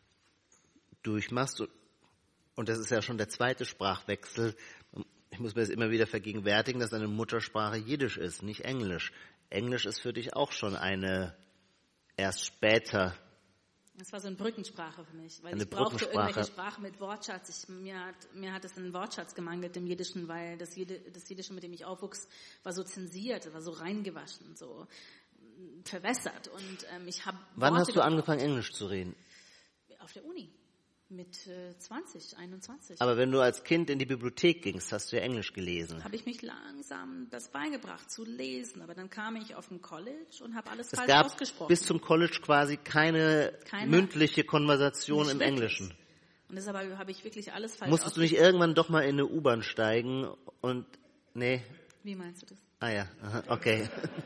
durchmachst und, und das ist ja schon der zweite Sprachwechsel. Ich muss mir das immer wieder vergegenwärtigen, dass deine Muttersprache Jiddisch ist, nicht Englisch. Englisch ist für dich auch schon eine erst später. Das war so eine Brückensprache für mich, weil eine ich brauchte irgendwelche Sprache mit Wortschatz. Ich, mir, hat, mir hat es einen Wortschatz gemangelt im Jiddischen, weil das, Jid, das Jiddische, mit dem ich aufwuchs, war so zensiert, war so reingewaschen, so verwässert. Und ähm, ich habe. Wann Worte hast du gebraucht. Angefangen, Englisch zu reden? Auf der Uni. Mit äh, zwanzig, einundzwanzig. Aber wenn du als Kind in die Bibliothek gingst, hast du ja Englisch gelesen. Habe ich mich langsam das beigebracht, zu lesen. Aber dann kam ich auf ein College und habe alles es falsch gab ausgesprochen. Bis zum College quasi keine, keine mündliche Konversation im wirklich. Englischen. Und deshalb habe ich wirklich alles falsch Musstest du nicht irgendwann doch mal in eine U-Bahn steigen und, nee? Wie meinst du das? Ah ja, aha, okay.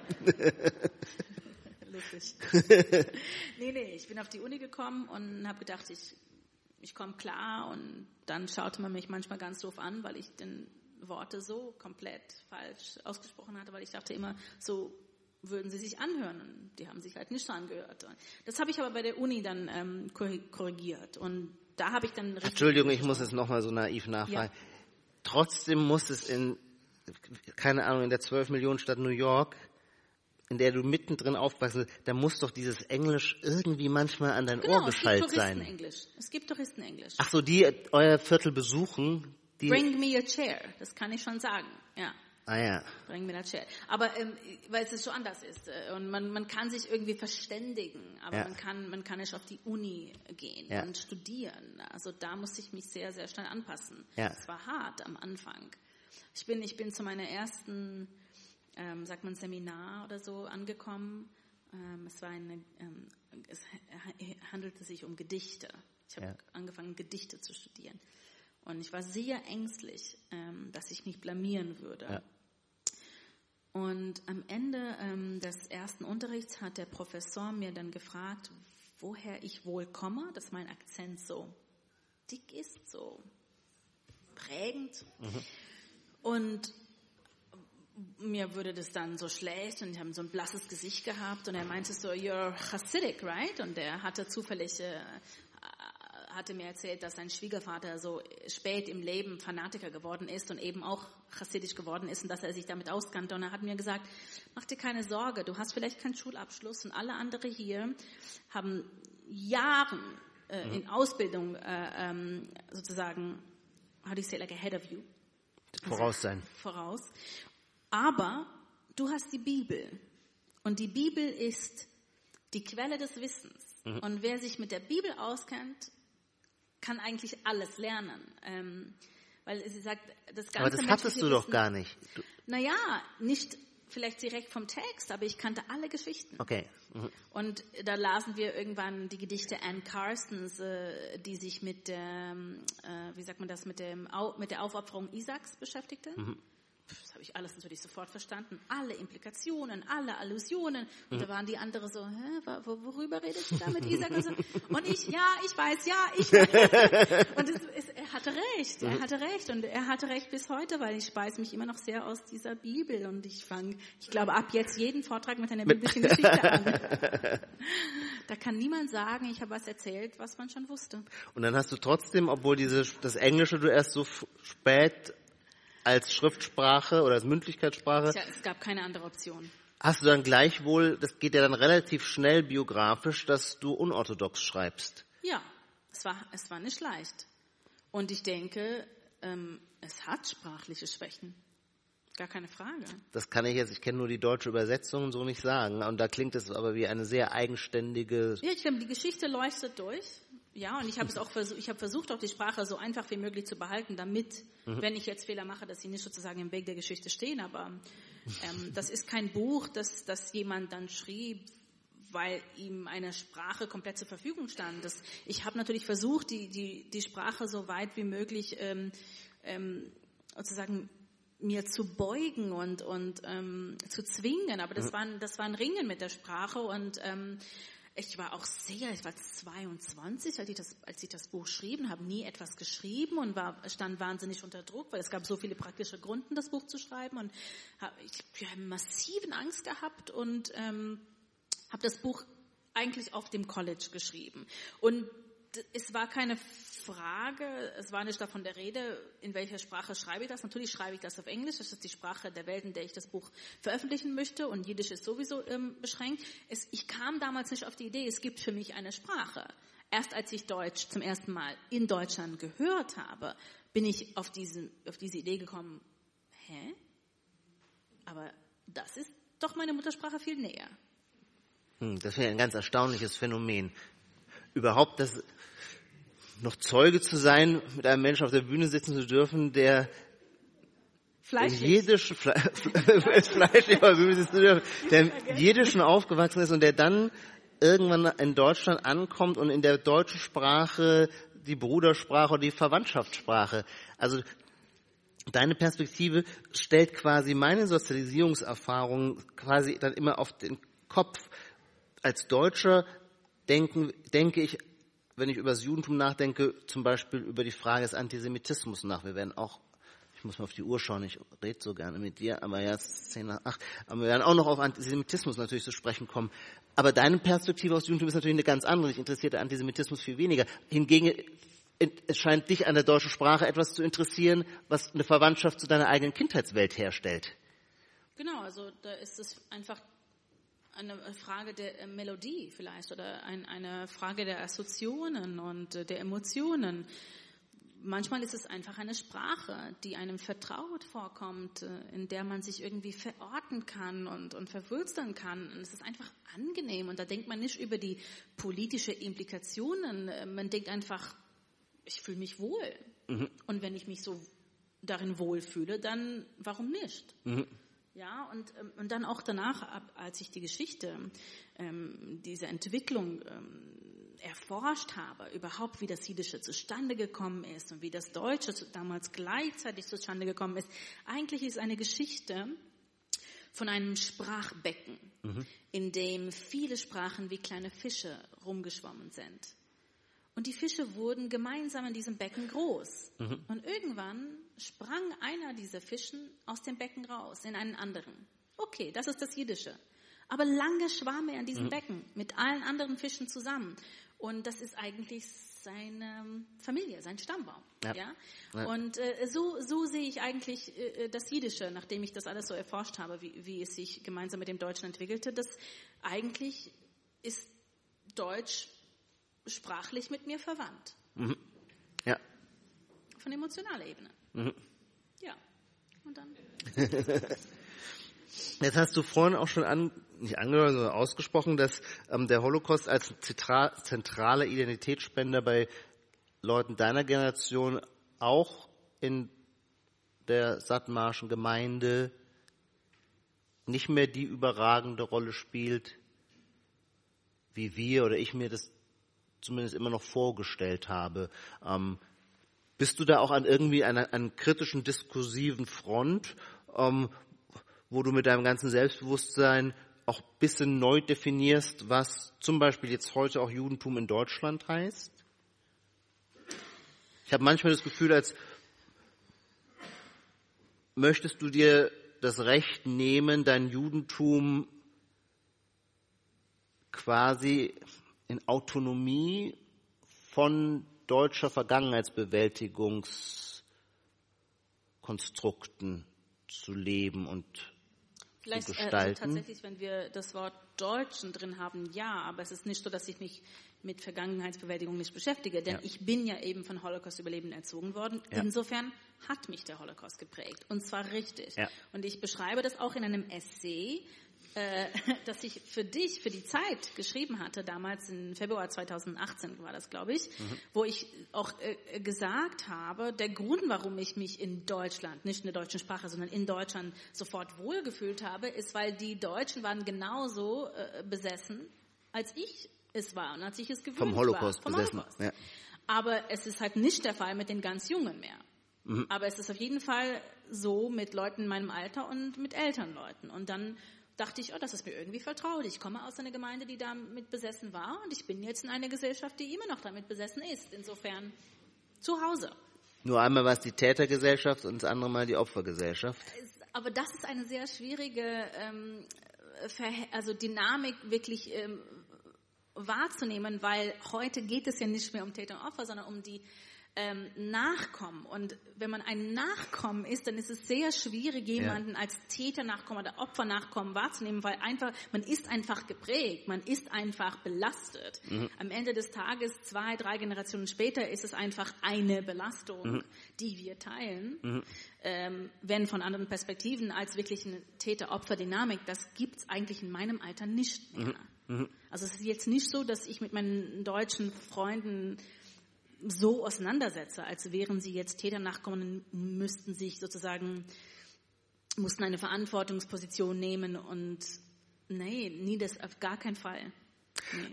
Lustig. nee, nee, ich bin auf die Uni gekommen und habe gedacht, ich... Ich komme klar und dann schaute man mich manchmal ganz doof an, weil ich den Worte so komplett falsch ausgesprochen hatte, weil ich dachte immer, so würden sie sich anhören und die haben sich halt nicht so angehört. Das habe ich aber bei der Uni dann ähm, korrigiert und da habe ich dann... Entschuldigung, ich muss jetzt nochmal so naiv nachfragen. Ja. Trotzdem muss es in, keine Ahnung, in der zwölf Millionen Stadt New York, in der du mittendrin aufwachst, da muss doch dieses Englisch irgendwie manchmal an dein genau, Ohr geschallt sein. Es gibt Touristenenglisch. Es gibt Touristenenglisch. Ach so, die euer Viertel besuchen? Die Bring me a chair, das kann ich schon sagen, ja. Ah ja. Bring me a chair. Aber ähm, weil es so anders ist und man man kann sich irgendwie verständigen, aber ja. man kann man kann nicht auf die Uni gehen ja. und studieren. Also da musste ich mich sehr sehr schnell anpassen. Ja. Es war hart am Anfang. Ich bin ich bin zu meiner ersten Ähm, sagt man Seminar oder so, angekommen. Ähm, es war eine, ähm, es handelte sich um Gedichte. Ich habe ja. angefangen, Gedichte zu studieren. Und ich war sehr ängstlich, ähm, dass ich mich blamieren würde. Ja. Und am Ende ähm, des ersten Unterrichts hat der Professor mir dann gefragt, woher ich wohl komme, dass mein Akzent so dick ist, so prägend. Mhm. Und mir wurde das dann so schlecht und ich habe so ein blasses Gesicht gehabt und er meinte so, you're Hasidic, right? Und er hatte zufällig, äh, hatte mir erzählt, dass sein Schwiegervater so spät im Leben Fanatiker geworden ist und eben auch chassidisch geworden ist und dass er sich damit auskannte. Und er hat mir gesagt, mach dir keine Sorge, du hast vielleicht keinen Schulabschluss und alle anderen hier haben Jahre äh, mhm. in Ausbildung äh, ähm, sozusagen, how do you say, like ahead of you? Voraus sein. Also, voraus. Aber du hast die Bibel und die Bibel ist die Quelle des Wissens. Mhm. Und wer sich mit der Bibel auskennt, kann eigentlich alles lernen. Ähm, weil sie sagt, das ganze Aber das hattest du doch gar nicht. Du naja, nicht vielleicht direkt vom Text, aber ich kannte alle Geschichten. Okay. Mhm. Und da lasen wir irgendwann die Gedichte Anne Carsons, äh, die sich mit der, äh, wie sagt man das, mit, dem, mit der Aufopferung Isaaks beschäftigte. Mhm. Das habe ich alles natürlich sofort verstanden. Alle Implikationen, alle Allusionen. Und mhm. da waren die anderen so, hä, worüber redest du da mit Isaak? Und, so. Und ich, ja, ich weiß, ja, ich weiß. Und es, es, er hatte recht. recht, er hatte recht und er hatte recht bis heute, weil ich speise mich immer noch sehr aus dieser Bibel und ich fange, ich glaube, ab jetzt jeden Vortrag mit einer biblischen Geschichte an. Da kann niemand sagen, ich habe was erzählt, was man schon wusste. Und dann hast du trotzdem, obwohl diese, das Englische du erst so f- spät als Schriftsprache oder als Mündlichkeitssprache, Tja, es gab keine andere Option. hast du dann gleichwohl, das geht ja dann relativ schnell biografisch, dass du unorthodox schreibst. Ja, es war, es war nicht leicht. Und ich denke, ähm, es hat sprachliche Schwächen. Gar keine Frage. Das kann ich jetzt, ich kenne nur die deutsche Übersetzung so nicht sagen. Und da klingt es aber wie eine sehr eigenständige... Ja, ich glaube, die Geschichte leuchtet durch. Ja, und ich habe es auch versucht, ich habe versucht, auch die Sprache so einfach wie möglich zu behalten, damit, mhm. wenn ich jetzt Fehler mache, dass sie nicht sozusagen im Weg der Geschichte stehen. Aber ähm, das ist kein Buch, das, das jemand dann schrieb, weil ihm eine Sprache komplett zur Verfügung stand. Das, ich habe natürlich versucht, die, die, die Sprache so weit wie möglich ähm, ähm, sozusagen mir zu beugen und, und ähm, zu zwingen. Aber das, mhm. war, das war ein Ringen mit der Sprache und ähm, ich war auch sehr, ich war zweiundzwanzig, als ich das, als ich das Buch schrieb, habe nie etwas geschrieben und war, stand wahnsinnig unter Druck, weil es gab so viele praktische Gründe, das Buch zu schreiben und hab, ich, ich habe massiven Angst gehabt und ähm, habe das Buch eigentlich auf dem College geschrieben. Und es war keine Frage, es war nicht davon der Rede, in welcher Sprache schreibe ich das. Natürlich schreibe ich das auf Englisch, das ist die Sprache der Welt, in der ich das Buch veröffentlichen möchte und Jiddisch ist sowieso ähm, beschränkt. Es, ich kam damals nicht auf die Idee, es gibt für mich eine Sprache. Erst als ich Deutsch zum ersten Mal in Deutschland gehört habe, bin ich auf, diesen, auf diese Idee gekommen, hä? Aber das ist doch meine Muttersprache viel näher. Hm, das wäre ein ganz erstaunliches Phänomen. Überhaupt das noch Zeuge zu sein, mit einem Menschen auf der Bühne sitzen zu dürfen, der Fleischlich. Jiddischen, Fle Fleischlich auf der Bühne sitzen zu dürfen, der im Jiddischen aufgewachsen ist und der dann irgendwann in Deutschland ankommt und in der deutschen Sprache die Brudersprache oder die Verwandtschaftssprache. Also deine Perspektive stellt quasi meine Sozialisierungserfahrung quasi dann immer auf den Kopf. Als Deutscher denken, denke ich, wenn ich über das Judentum nachdenke, zum Beispiel über die Frage des Antisemitismus nach. Wir werden auch, ich muss mal auf die Uhr schauen, ich rede so gerne mit dir, aber jetzt zehn nach acht, aber wir werden auch noch auf Antisemitismus natürlich zu sprechen kommen. Aber deine Perspektive aus Judentum ist natürlich eine ganz andere. Dich interessiert der Antisemitismus viel weniger. Hingegen, es scheint dich an der deutschen Sprache etwas zu interessieren, was eine Verwandtschaft zu deiner eigenen Kindheitswelt herstellt. Genau, also da ist es einfach eine Frage der Melodie vielleicht oder ein, eine Frage der Assoziationen und der Emotionen. Manchmal ist es einfach eine Sprache, die einem vertraut vorkommt, in der man sich irgendwie verorten kann und, und verwursteln kann. Und es ist einfach angenehm und da denkt man nicht über die politische Implikationen. Man denkt einfach, ich fühle mich wohl. Mhm. Und wenn ich mich so darin wohlfühle, dann warum nicht? Mhm. Ja, und, und dann auch danach, als ich die Geschichte, ähm, diese Entwicklung ähm, erforscht habe, überhaupt wie das Jiddische zustande gekommen ist und wie das Deutsche damals gleichzeitig zustande gekommen ist. Eigentlich ist eine Geschichte von einem Sprachbecken, mhm. in dem viele Sprachen wie kleine Fische rumgeschwommen sind. Und die Fische wurden gemeinsam in diesem Becken groß. Mhm. Und irgendwann sprang einer dieser Fischen aus dem Becken raus in einen anderen. Okay, das ist das Jiddische. Aber lange schwamm er in diesem mhm. Becken mit allen anderen Fischen zusammen. Und das ist eigentlich seine Familie, sein Stammbaum. Ja. Ja? Ja. Und äh, so, so sehe ich eigentlich äh, das Jiddische, nachdem ich das alles so erforscht habe, wie, wie es sich gemeinsam mit dem Deutschen entwickelte. Das eigentlich ist Deutsch sprachlich mit mir verwandt. Mhm. Ja. Von emotionaler Ebene. Mhm. Ja. Und dann. Jetzt hast du vorhin auch schon an, nicht angehört, sondern ausgesprochen, dass ähm, der Holocaust als zentra- zentraler Identitätsspender bei Leuten deiner Generation auch in der Sattmarschen Gemeinde nicht mehr die überragende Rolle spielt, wie wir oder ich mir das zumindest immer noch vorgestellt habe. Ähm, bist du da auch an irgendwie einer, einer kritischen, diskursiven Front, ähm, wo du mit deinem ganzen Selbstbewusstsein auch ein bisschen neu definierst, was zum Beispiel jetzt heute auch Judentum in Deutschland heißt? Ich habe manchmal das Gefühl, als möchtest du dir das Recht nehmen, dein Judentum quasi in Autonomie von deutscher Vergangenheitsbewältigungskonstrukten zu leben und Vielleicht zu äh, gestalten. also tatsächlich, wenn wir das Wort Deutschen drin haben, ja, aber es ist nicht so, dass ich mich mit Vergangenheitsbewältigung nicht beschäftige, denn ja. ich bin ja eben von Holocaust-Überlebenden erzogen worden. Ja. Insofern hat mich der Holocaust geprägt, und zwar richtig. Ja. Und ich beschreibe das auch in einem Essay, äh, das ich für dich, für die Zeit geschrieben hatte, damals im Februar zweitausendachtzehn war das, glaube ich, mhm. wo ich auch äh, gesagt habe, der Grund, warum ich mich in Deutschland, nicht in der deutschen Sprache, sondern in Deutschland sofort wohlgefühlt habe, ist, weil die Deutschen waren genauso äh, besessen, als ich es war und als ich es gewöhnt vom Holocaust war. Vom besessen. Holocaust. Ja. Aber es ist halt nicht der Fall mit den ganz Jungen mehr. Mhm. Aber es ist auf jeden Fall so mit Leuten in meinem Alter und mit älteren Leuten. Und dann dachte ich, oh, das ist mir irgendwie vertraut. Ich komme aus einer Gemeinde, die damit besessen war, und ich bin jetzt in einer Gesellschaft, die immer noch damit besessen ist. Insofern zu Hause. Nur einmal war es die Tätergesellschaft und das andere Mal die Opfergesellschaft. Aber das ist eine sehr schwierige ähm, also Dynamik wirklich ähm, wahrzunehmen, weil heute geht es ja nicht mehr um Täter und Opfer, sondern um die ähm, Nachkommen. Und wenn man ein Nachkommen ist, dann ist es sehr schwierig, jemanden ja. als Täternachkommen oder Opfernachkommen wahrzunehmen, weil einfach man ist einfach geprägt, man ist einfach belastet. Mhm. Am Ende des Tages, zwei, drei Generationen später, ist es einfach eine Belastung, mhm. die wir teilen. Mhm. Ähm, wenn von anderen Perspektiven als wirklich eine Täter-Opfer-Dynamik, das gibt es eigentlich in meinem Alter nicht mehr. Mhm. Also es ist jetzt nicht so, dass ich mit meinen deutschen Freunden so auseinandersetze, als wären sie jetzt Täternachkommen, müssten sich sozusagen, mussten eine Verantwortungsposition nehmen und nee, nie das, auf gar keinen Fall. Nee.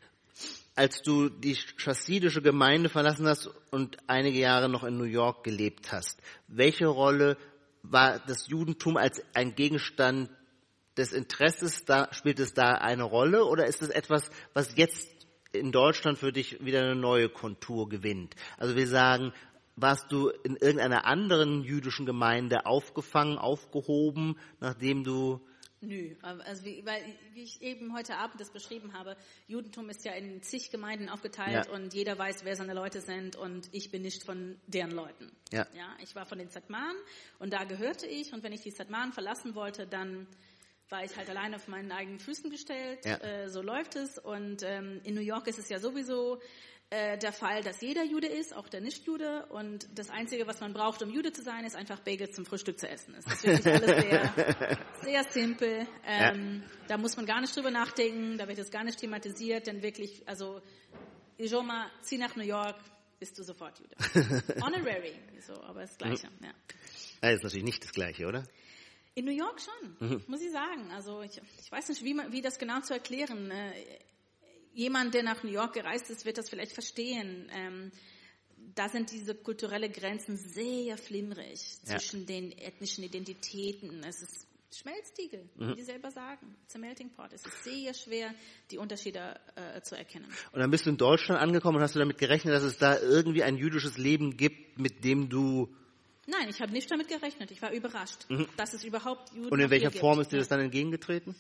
Als du die chassidische Gemeinde verlassen hast und einige Jahre noch in New York gelebt hast, welche Rolle war das Judentum als ein Gegenstand des Interesses, da, spielt es da eine Rolle, oder ist es etwas, was jetzt in Deutschland für dich wieder eine neue Kontur gewinnt? Also wir sagen, warst du in irgendeiner anderen jüdischen Gemeinde aufgefangen, aufgehoben, nachdem du... Nö, also wie, weil, wie ich eben heute Abend das beschrieben habe, Judentum ist ja in zig Gemeinden aufgeteilt ja. und jeder weiß, wer seine Leute sind, und ich bin nicht von deren Leuten. Ja. Ja, ich war von den Satmaren und da gehörte ich, und wenn ich die Satmaren verlassen wollte, dann war ich halt allein auf meinen eigenen Füßen gestellt. Ja. Äh, so läuft es. Und ähm, in New York ist es ja sowieso äh, der Fall, dass jeder Jude ist, auch der Nicht-Jude. Und das Einzige, was man braucht, um Jude zu sein, ist einfach Bagels zum Frühstück zu essen. Es ist wirklich alles sehr, sehr simpel. Ähm, ja. Da muss man gar nicht drüber nachdenken, da wird es gar nicht thematisiert, denn wirklich, also Ijoma, zieh nach New York, bist du sofort Jude. Honorary, so, aber das Gleiche. Mhm. Ja. Das ist natürlich nicht das Gleiche, oder? In New York schon, mhm. muss ich sagen. Also ich, ich weiß nicht, wie, man, wie das genau zu erklären. Äh, jemand, der nach New York gereist ist, wird das vielleicht verstehen. Ähm, da sind diese kulturellen Grenzen sehr flimmerig ja. zwischen den ethnischen Identitäten. Es ist Schmelztiegel, mhm. wie die selber sagen. It's a melting pot. Es ist sehr schwer, die Unterschiede äh, zu erkennen. Und dann bist du in Deutschland angekommen und hast du damit gerechnet, dass es da irgendwie ein jüdisches Leben gibt, mit dem du... Nein, ich habe nicht damit gerechnet. Ich war überrascht, mhm. dass es überhaupt Juden Und in welcher Form gibt. ist dir das dann entgegengetreten?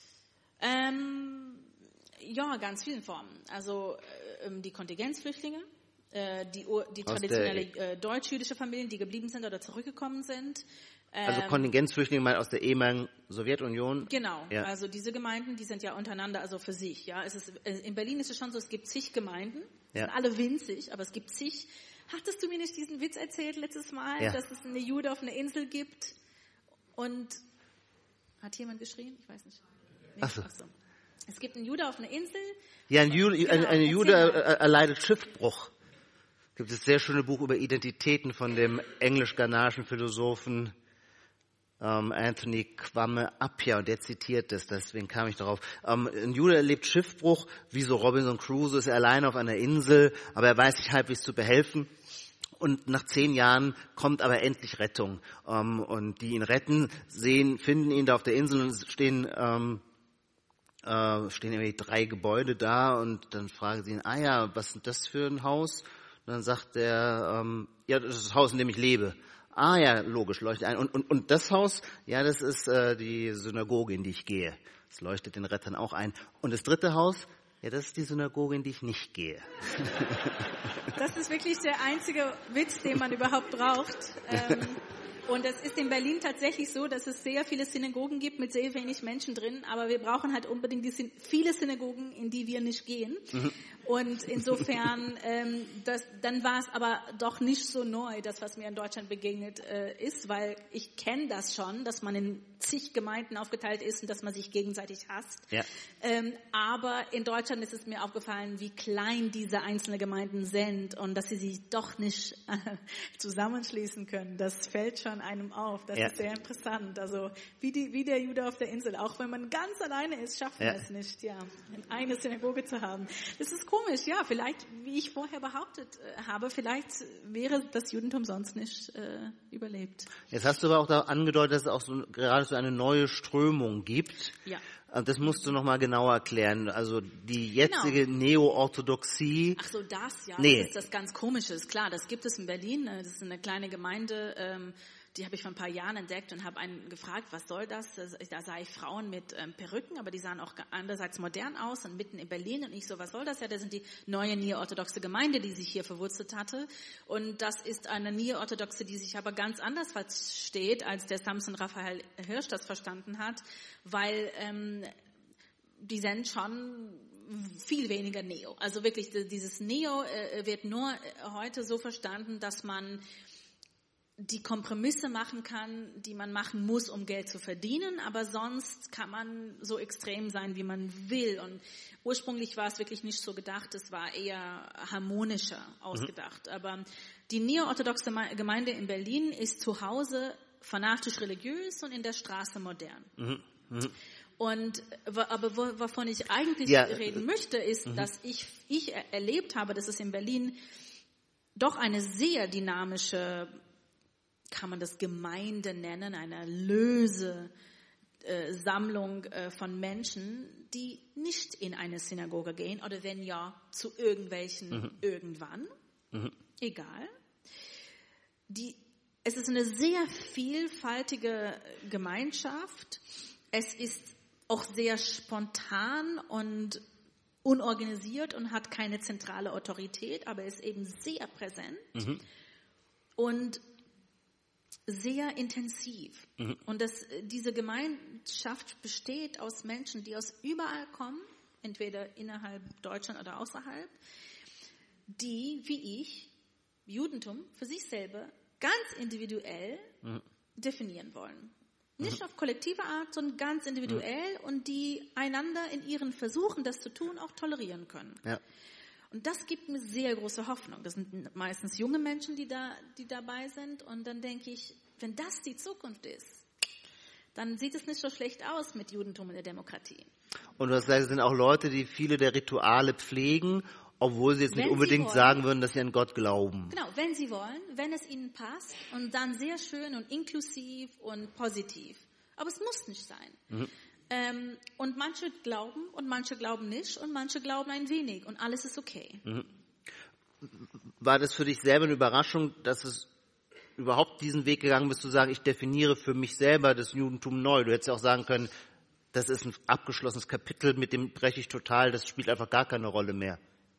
Ähm, ja, ganz vielen Formen. Also äh, die Kontingenzflüchtlinge, äh, die, die traditionelle äh, deutsch-jüdische Familien, die geblieben sind oder zurückgekommen sind. Ähm, also Kontingenzflüchtlinge mal aus der ehemaligen Sowjetunion? Genau, ja. Also diese Gemeinden, die sind ja untereinander, also für sich. Ja, es ist, in Berlin ist es schon so, es gibt zig Gemeinden, ja. sind alle winzig, aber es gibt zig. Hattest du mir nicht diesen Witz erzählt letztes Mal, ja. dass es eine Jude auf einer Insel gibt und hat jemand geschrien? Ich weiß nicht. Nee. Ach so. Ach so. Es gibt einen Jude auf einer Insel. Ja, ein Jude, genau, eine, eine Jude erleidet Schiffbruch. Es gibt das sehr schöne Buch über Identitäten von dem englisch-ghanaischen Philosophen ähm, Anthony Kwame Appiah, und der zitiert das, deswegen kam ich darauf. Ähm, ein Jude erlebt Schiffbruch, wie so Robinson Crusoe, ist er alleine auf einer Insel, aber er weiß sich halbwegs zu behelfen. Und nach zehn Jahren kommt aber endlich Rettung. Ähm, und die ihn retten, sehen, finden ihn da auf der Insel, und es stehen, ähm, äh, stehen irgendwie drei Gebäude da, und dann fragen sie ihn, ah ja, was ist das für ein Haus? Und dann sagt er, ähm, ja, das ist das Haus, in dem ich lebe. Ah ja, logisch, leuchtet ein. Und, und, und das Haus, ja, das ist äh, die Synagoge, in die ich gehe. Das leuchtet den Rettern auch ein. Und das dritte Haus, ja, das ist die Synagoge, in die ich nicht gehe. Das ist wirklich der einzige Witz, den man überhaupt braucht. Ähm, und es ist in Berlin tatsächlich so, dass es sehr viele Synagogen gibt mit sehr wenig Menschen drin. Aber wir brauchen halt unbedingt die Syn- viele Synagogen, in die wir nicht gehen. Mhm. Und insofern, ähm, das, dann war es aber doch nicht so neu, das, was mir in Deutschland begegnet äh, ist, weil ich kenne das schon, dass man in zig Gemeinden aufgeteilt ist und dass man sich gegenseitig hasst. Ja. Ähm, aber in Deutschland ist es mir aufgefallen, wie klein diese einzelnen Gemeinden sind und dass sie sich doch nicht äh, zusammenschließen können. Das fällt schon einem auf. Das ja. ist sehr interessant. Also wie, die, wie der Jude auf der Insel. Auch wenn man ganz alleine ist, schafft man ja. es nicht, ja, eine Synagoge zu haben. Das ist komisch, ja. Vielleicht, wie ich vorher behauptet äh, habe, vielleicht wäre das Judentum sonst nicht äh, überlebt. Jetzt hast du aber auch da angedeutet, dass es auch so gerade so eine neue Strömung gibt. Ja. Das musst du noch mal genauer erklären. Also die jetzige genau. Neo-Orthodoxie. Ach so, das ja. Nee. Das ist das ganz Komische. Klar, das gibt es in Berlin. Das ist eine kleine Gemeinde. Ähm, die habe ich vor ein paar Jahren entdeckt und habe einen gefragt, was soll das? Da sah ich Frauen mit ähm, Perücken, aber die sahen auch andererseits modern aus und mitten in Berlin. Und ich so, was soll das? Ja, das sind die neue neo-orthodoxe Gemeinde, die sich hier verwurzelt hatte. Und das ist eine neo-orthodoxe, die sich aber ganz anders versteht, als der Samson Raphael Hirsch das verstanden hat, weil ähm, die sind schon viel weniger Neo. Also wirklich, dieses Neo äh, wird nur heute so verstanden, dass man die Kompromisse machen kann, die man machen muss, um Geld zu verdienen, aber sonst kann man so extrem sein, wie man will. Und ursprünglich war es wirklich nicht so gedacht, es war eher harmonischer ausgedacht. Mhm. Aber die neo-orthodoxe Gemeinde in Berlin ist zu Hause fanatisch religiös und in der Straße modern. Mhm. Mhm. Und aber wovon ich eigentlich ja. reden möchte, ist, mhm. dass ich, ich erlebt habe, dass es in Berlin doch eine sehr dynamische, kann man das Gemeinde nennen, eine löse äh, Sammlung äh, von Menschen, die nicht in eine Synagoge gehen oder wenn ja, zu irgendwelchen mhm. irgendwann, mhm. egal. Die, es ist eine sehr vielfältige Gemeinschaft. Es ist auch sehr spontan und unorganisiert und hat keine zentrale Autorität, aber ist eben sehr präsent. Mhm. Und sehr intensiv. Mhm. Und das, diese Gemeinschaft besteht aus Menschen, die aus überall kommen, entweder innerhalb Deutschland oder außerhalb, die, wie ich, Judentum für sich selber ganz individuell mhm. definieren wollen. Nicht mhm. auf kollektive Art, sondern ganz individuell mhm. und die einander in ihren Versuchen, das zu tun, auch tolerieren können. Ja. Und das gibt mir sehr große Hoffnung. Das sind meistens junge Menschen, die da, die dabei sind. Und dann denke ich, wenn das die Zukunft ist, dann sieht es nicht so schlecht aus mit Judentum in der Demokratie. Und was sagst du, sind auch Leute, die viele der Rituale pflegen, obwohl sie jetzt nicht wenn unbedingt wollen, sagen würden, dass sie an Gott glauben. Genau, wenn sie wollen, wenn es ihnen passt und dann sehr schön und inklusiv und positiv. Aber es muss nicht sein. Mhm. Ähm, und manche glauben und manche glauben nicht und manche glauben ein wenig und alles ist okay. Mhm. War das für dich selber eine Überraschung, dass es überhaupt diesen Weg gegangen bist, zu sagen, ich definiere für mich selber das Judentum neu? Du hättest ja auch sagen können, das ist ein abgeschlossenes Kapitel, mit dem breche ich total, das spielt einfach gar keine Rolle mehr.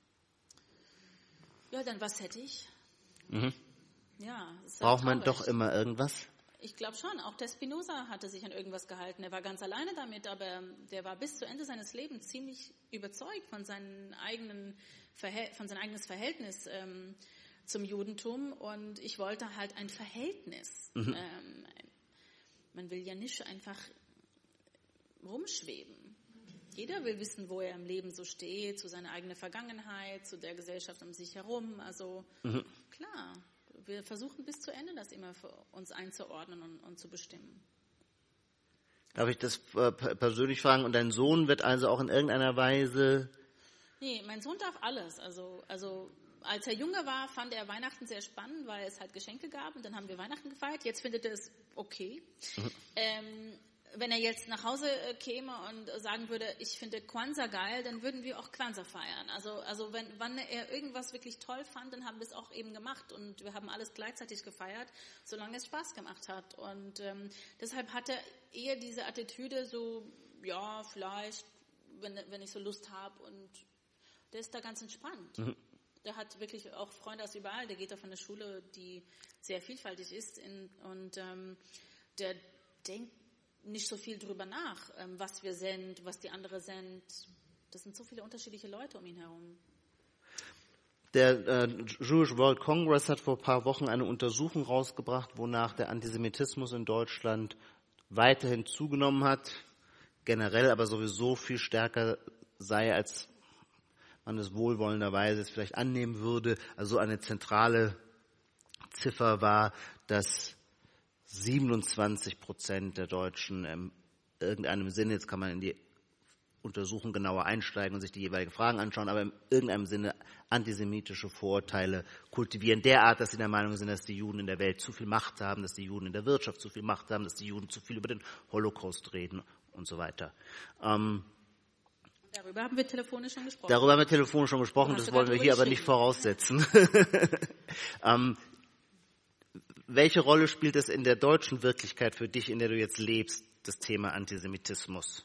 Ja, dann was hätte ich? Mhm. Ja, das ist braucht man doch immer irgendwas? Ich glaube schon, auch der Spinoza hatte sich an irgendwas gehalten. Er war ganz alleine damit, aber der war bis zu Ende seines Lebens ziemlich überzeugt von, seinen eigenen Verhält- von seinem eigenes Verhältnis ähm, zum Judentum. Und ich wollte halt ein Verhältnis. Mhm. Ähm, man will ja nicht einfach rumschweben. Jeder will wissen, wo er im Leben so steht, zu seiner eigenen Vergangenheit, zu der Gesellschaft um sich herum. Also mhm. klar. Wir versuchen bis zu Ende das immer für uns einzuordnen und, und zu bestimmen. Darf ich das äh, persönlich fragen? Und dein Sohn wird also auch in irgendeiner Weise... Nee, mein Sohn darf alles. Also, also als er jünger war, fand er Weihnachten sehr spannend, weil es halt Geschenke gab und dann haben wir Weihnachten gefeiert. Jetzt findet er es okay. Mhm. Ähm, wenn er jetzt nach Hause käme und sagen würde, ich finde Kwanzaa geil, dann würden wir auch Kwanzaa feiern. Also, also wenn, wann er irgendwas wirklich toll fand, dann haben wir es auch eben gemacht und wir haben alles gleichzeitig gefeiert, solange es Spaß gemacht hat. Und ähm, deshalb hat er eher diese Attitüde so, ja, vielleicht, wenn, wenn ich so Lust habe, und der ist da ganz entspannt. Mhm. Der hat wirklich auch Freunde aus überall, der geht auf eine Schule, die sehr vielfältig ist in, und ähm, der denkt nicht so viel drüber nach, was wir sind, was die anderen sind. Das sind so viele unterschiedliche Leute um ihn herum. Der äh, Jewish World Congress hat vor ein paar Wochen eine Untersuchung rausgebracht, wonach der Antisemitismus in Deutschland weiterhin zugenommen hat, generell aber sowieso viel stärker sei, als man es wohlwollenderweise vielleicht annehmen würde. Also eine zentrale Ziffer war, dass siebenundzwanzig Prozent der Deutschen in irgendeinem Sinne, jetzt kann man in die Untersuchung genauer einsteigen und sich die jeweiligen Fragen anschauen, aber in irgendeinem Sinne antisemitische Vorurteile kultivieren, derart, dass sie der Meinung sind, dass die Juden in der Welt zu viel Macht haben, dass die Juden in der Wirtschaft zu viel Macht haben, dass die Juden zu viel über den Holocaust reden und so weiter. Ähm, Darüber haben wir telefonisch schon gesprochen. Darüber haben wir telefonisch schon gesprochen, das wollen wir hier aber nicht voraussetzen. ähm, Welche Rolle spielt es in der deutschen Wirklichkeit für dich, in der du jetzt lebst, das Thema Antisemitismus?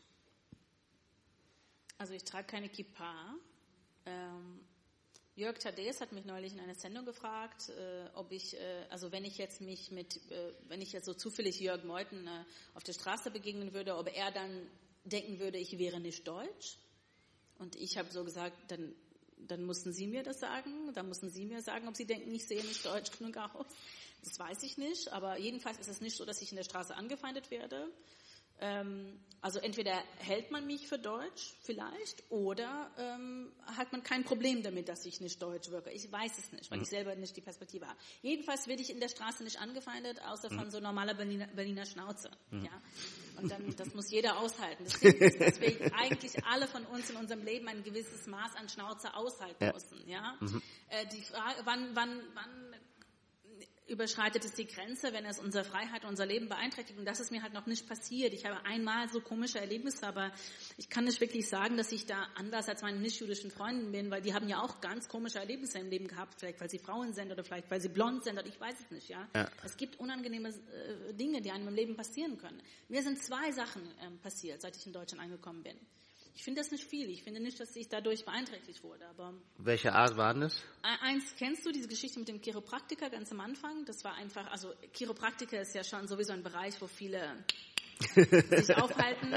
Also ich trage keine Kippa. Ähm, Jörg Thaddeus hat mich neulich in einer Sendung gefragt, äh, ob ich, äh, also wenn ich jetzt mich mit, äh, wenn ich jetzt so zufällig Jörg Meuthen äh, auf der Straße begegnen würde, ob er dann denken würde, ich wäre nicht deutsch. Und ich habe so gesagt, dann, dann mussten Sie mir das sagen, dann mussten Sie mir sagen, ob Sie denken, ich sehe nicht deutsch genug aus. Das weiß ich nicht, aber jedenfalls ist es nicht so, dass ich in der Straße angefeindet werde. Ähm, also entweder hält man mich für deutsch vielleicht oder ähm, hat man kein Problem damit, dass ich nicht deutsch wirke. Ich weiß es nicht, weil ich selber nicht die Perspektive habe. Jedenfalls werde ich in der Straße nicht angefeindet, außer von so normaler Berliner, Berliner Schnauze. Ja? Und dann, das muss jeder aushalten. Das Ding ist, dass wir eigentlich alle von uns in unserem Leben ein gewisses Maß an Schnauze aushalten ja. müssen. Ja? Mhm. Äh, die Frage, wann, wann, wann überschreitet es die Grenze, wenn es unsere Freiheit, unser Leben beeinträchtigt. Und das ist mir halt noch nicht passiert. Ich habe einmal so komische Erlebnisse, aber ich kann nicht wirklich sagen, dass ich da anders als meine nicht-jüdischen Freunde bin, weil die haben ja auch ganz komische Erlebnisse im Leben gehabt, vielleicht weil sie Frauen sind oder vielleicht weil sie blond sind oder ich weiß es nicht. Ja, ja. Es gibt unangenehme äh, Dinge, die einem im Leben passieren können. Mir sind zwei Sachen äh, passiert, seit ich in Deutschland angekommen bin. Ich finde das nicht viel. Ich finde nicht, dass ich dadurch beeinträchtigt wurde. Aber welche Art waren das? Eins, kennst du diese Geschichte mit dem Chiropraktiker ganz am Anfang? Das war einfach, also Chiropraktiker ist ja schon sowieso ein Bereich, wo viele sich aufhalten.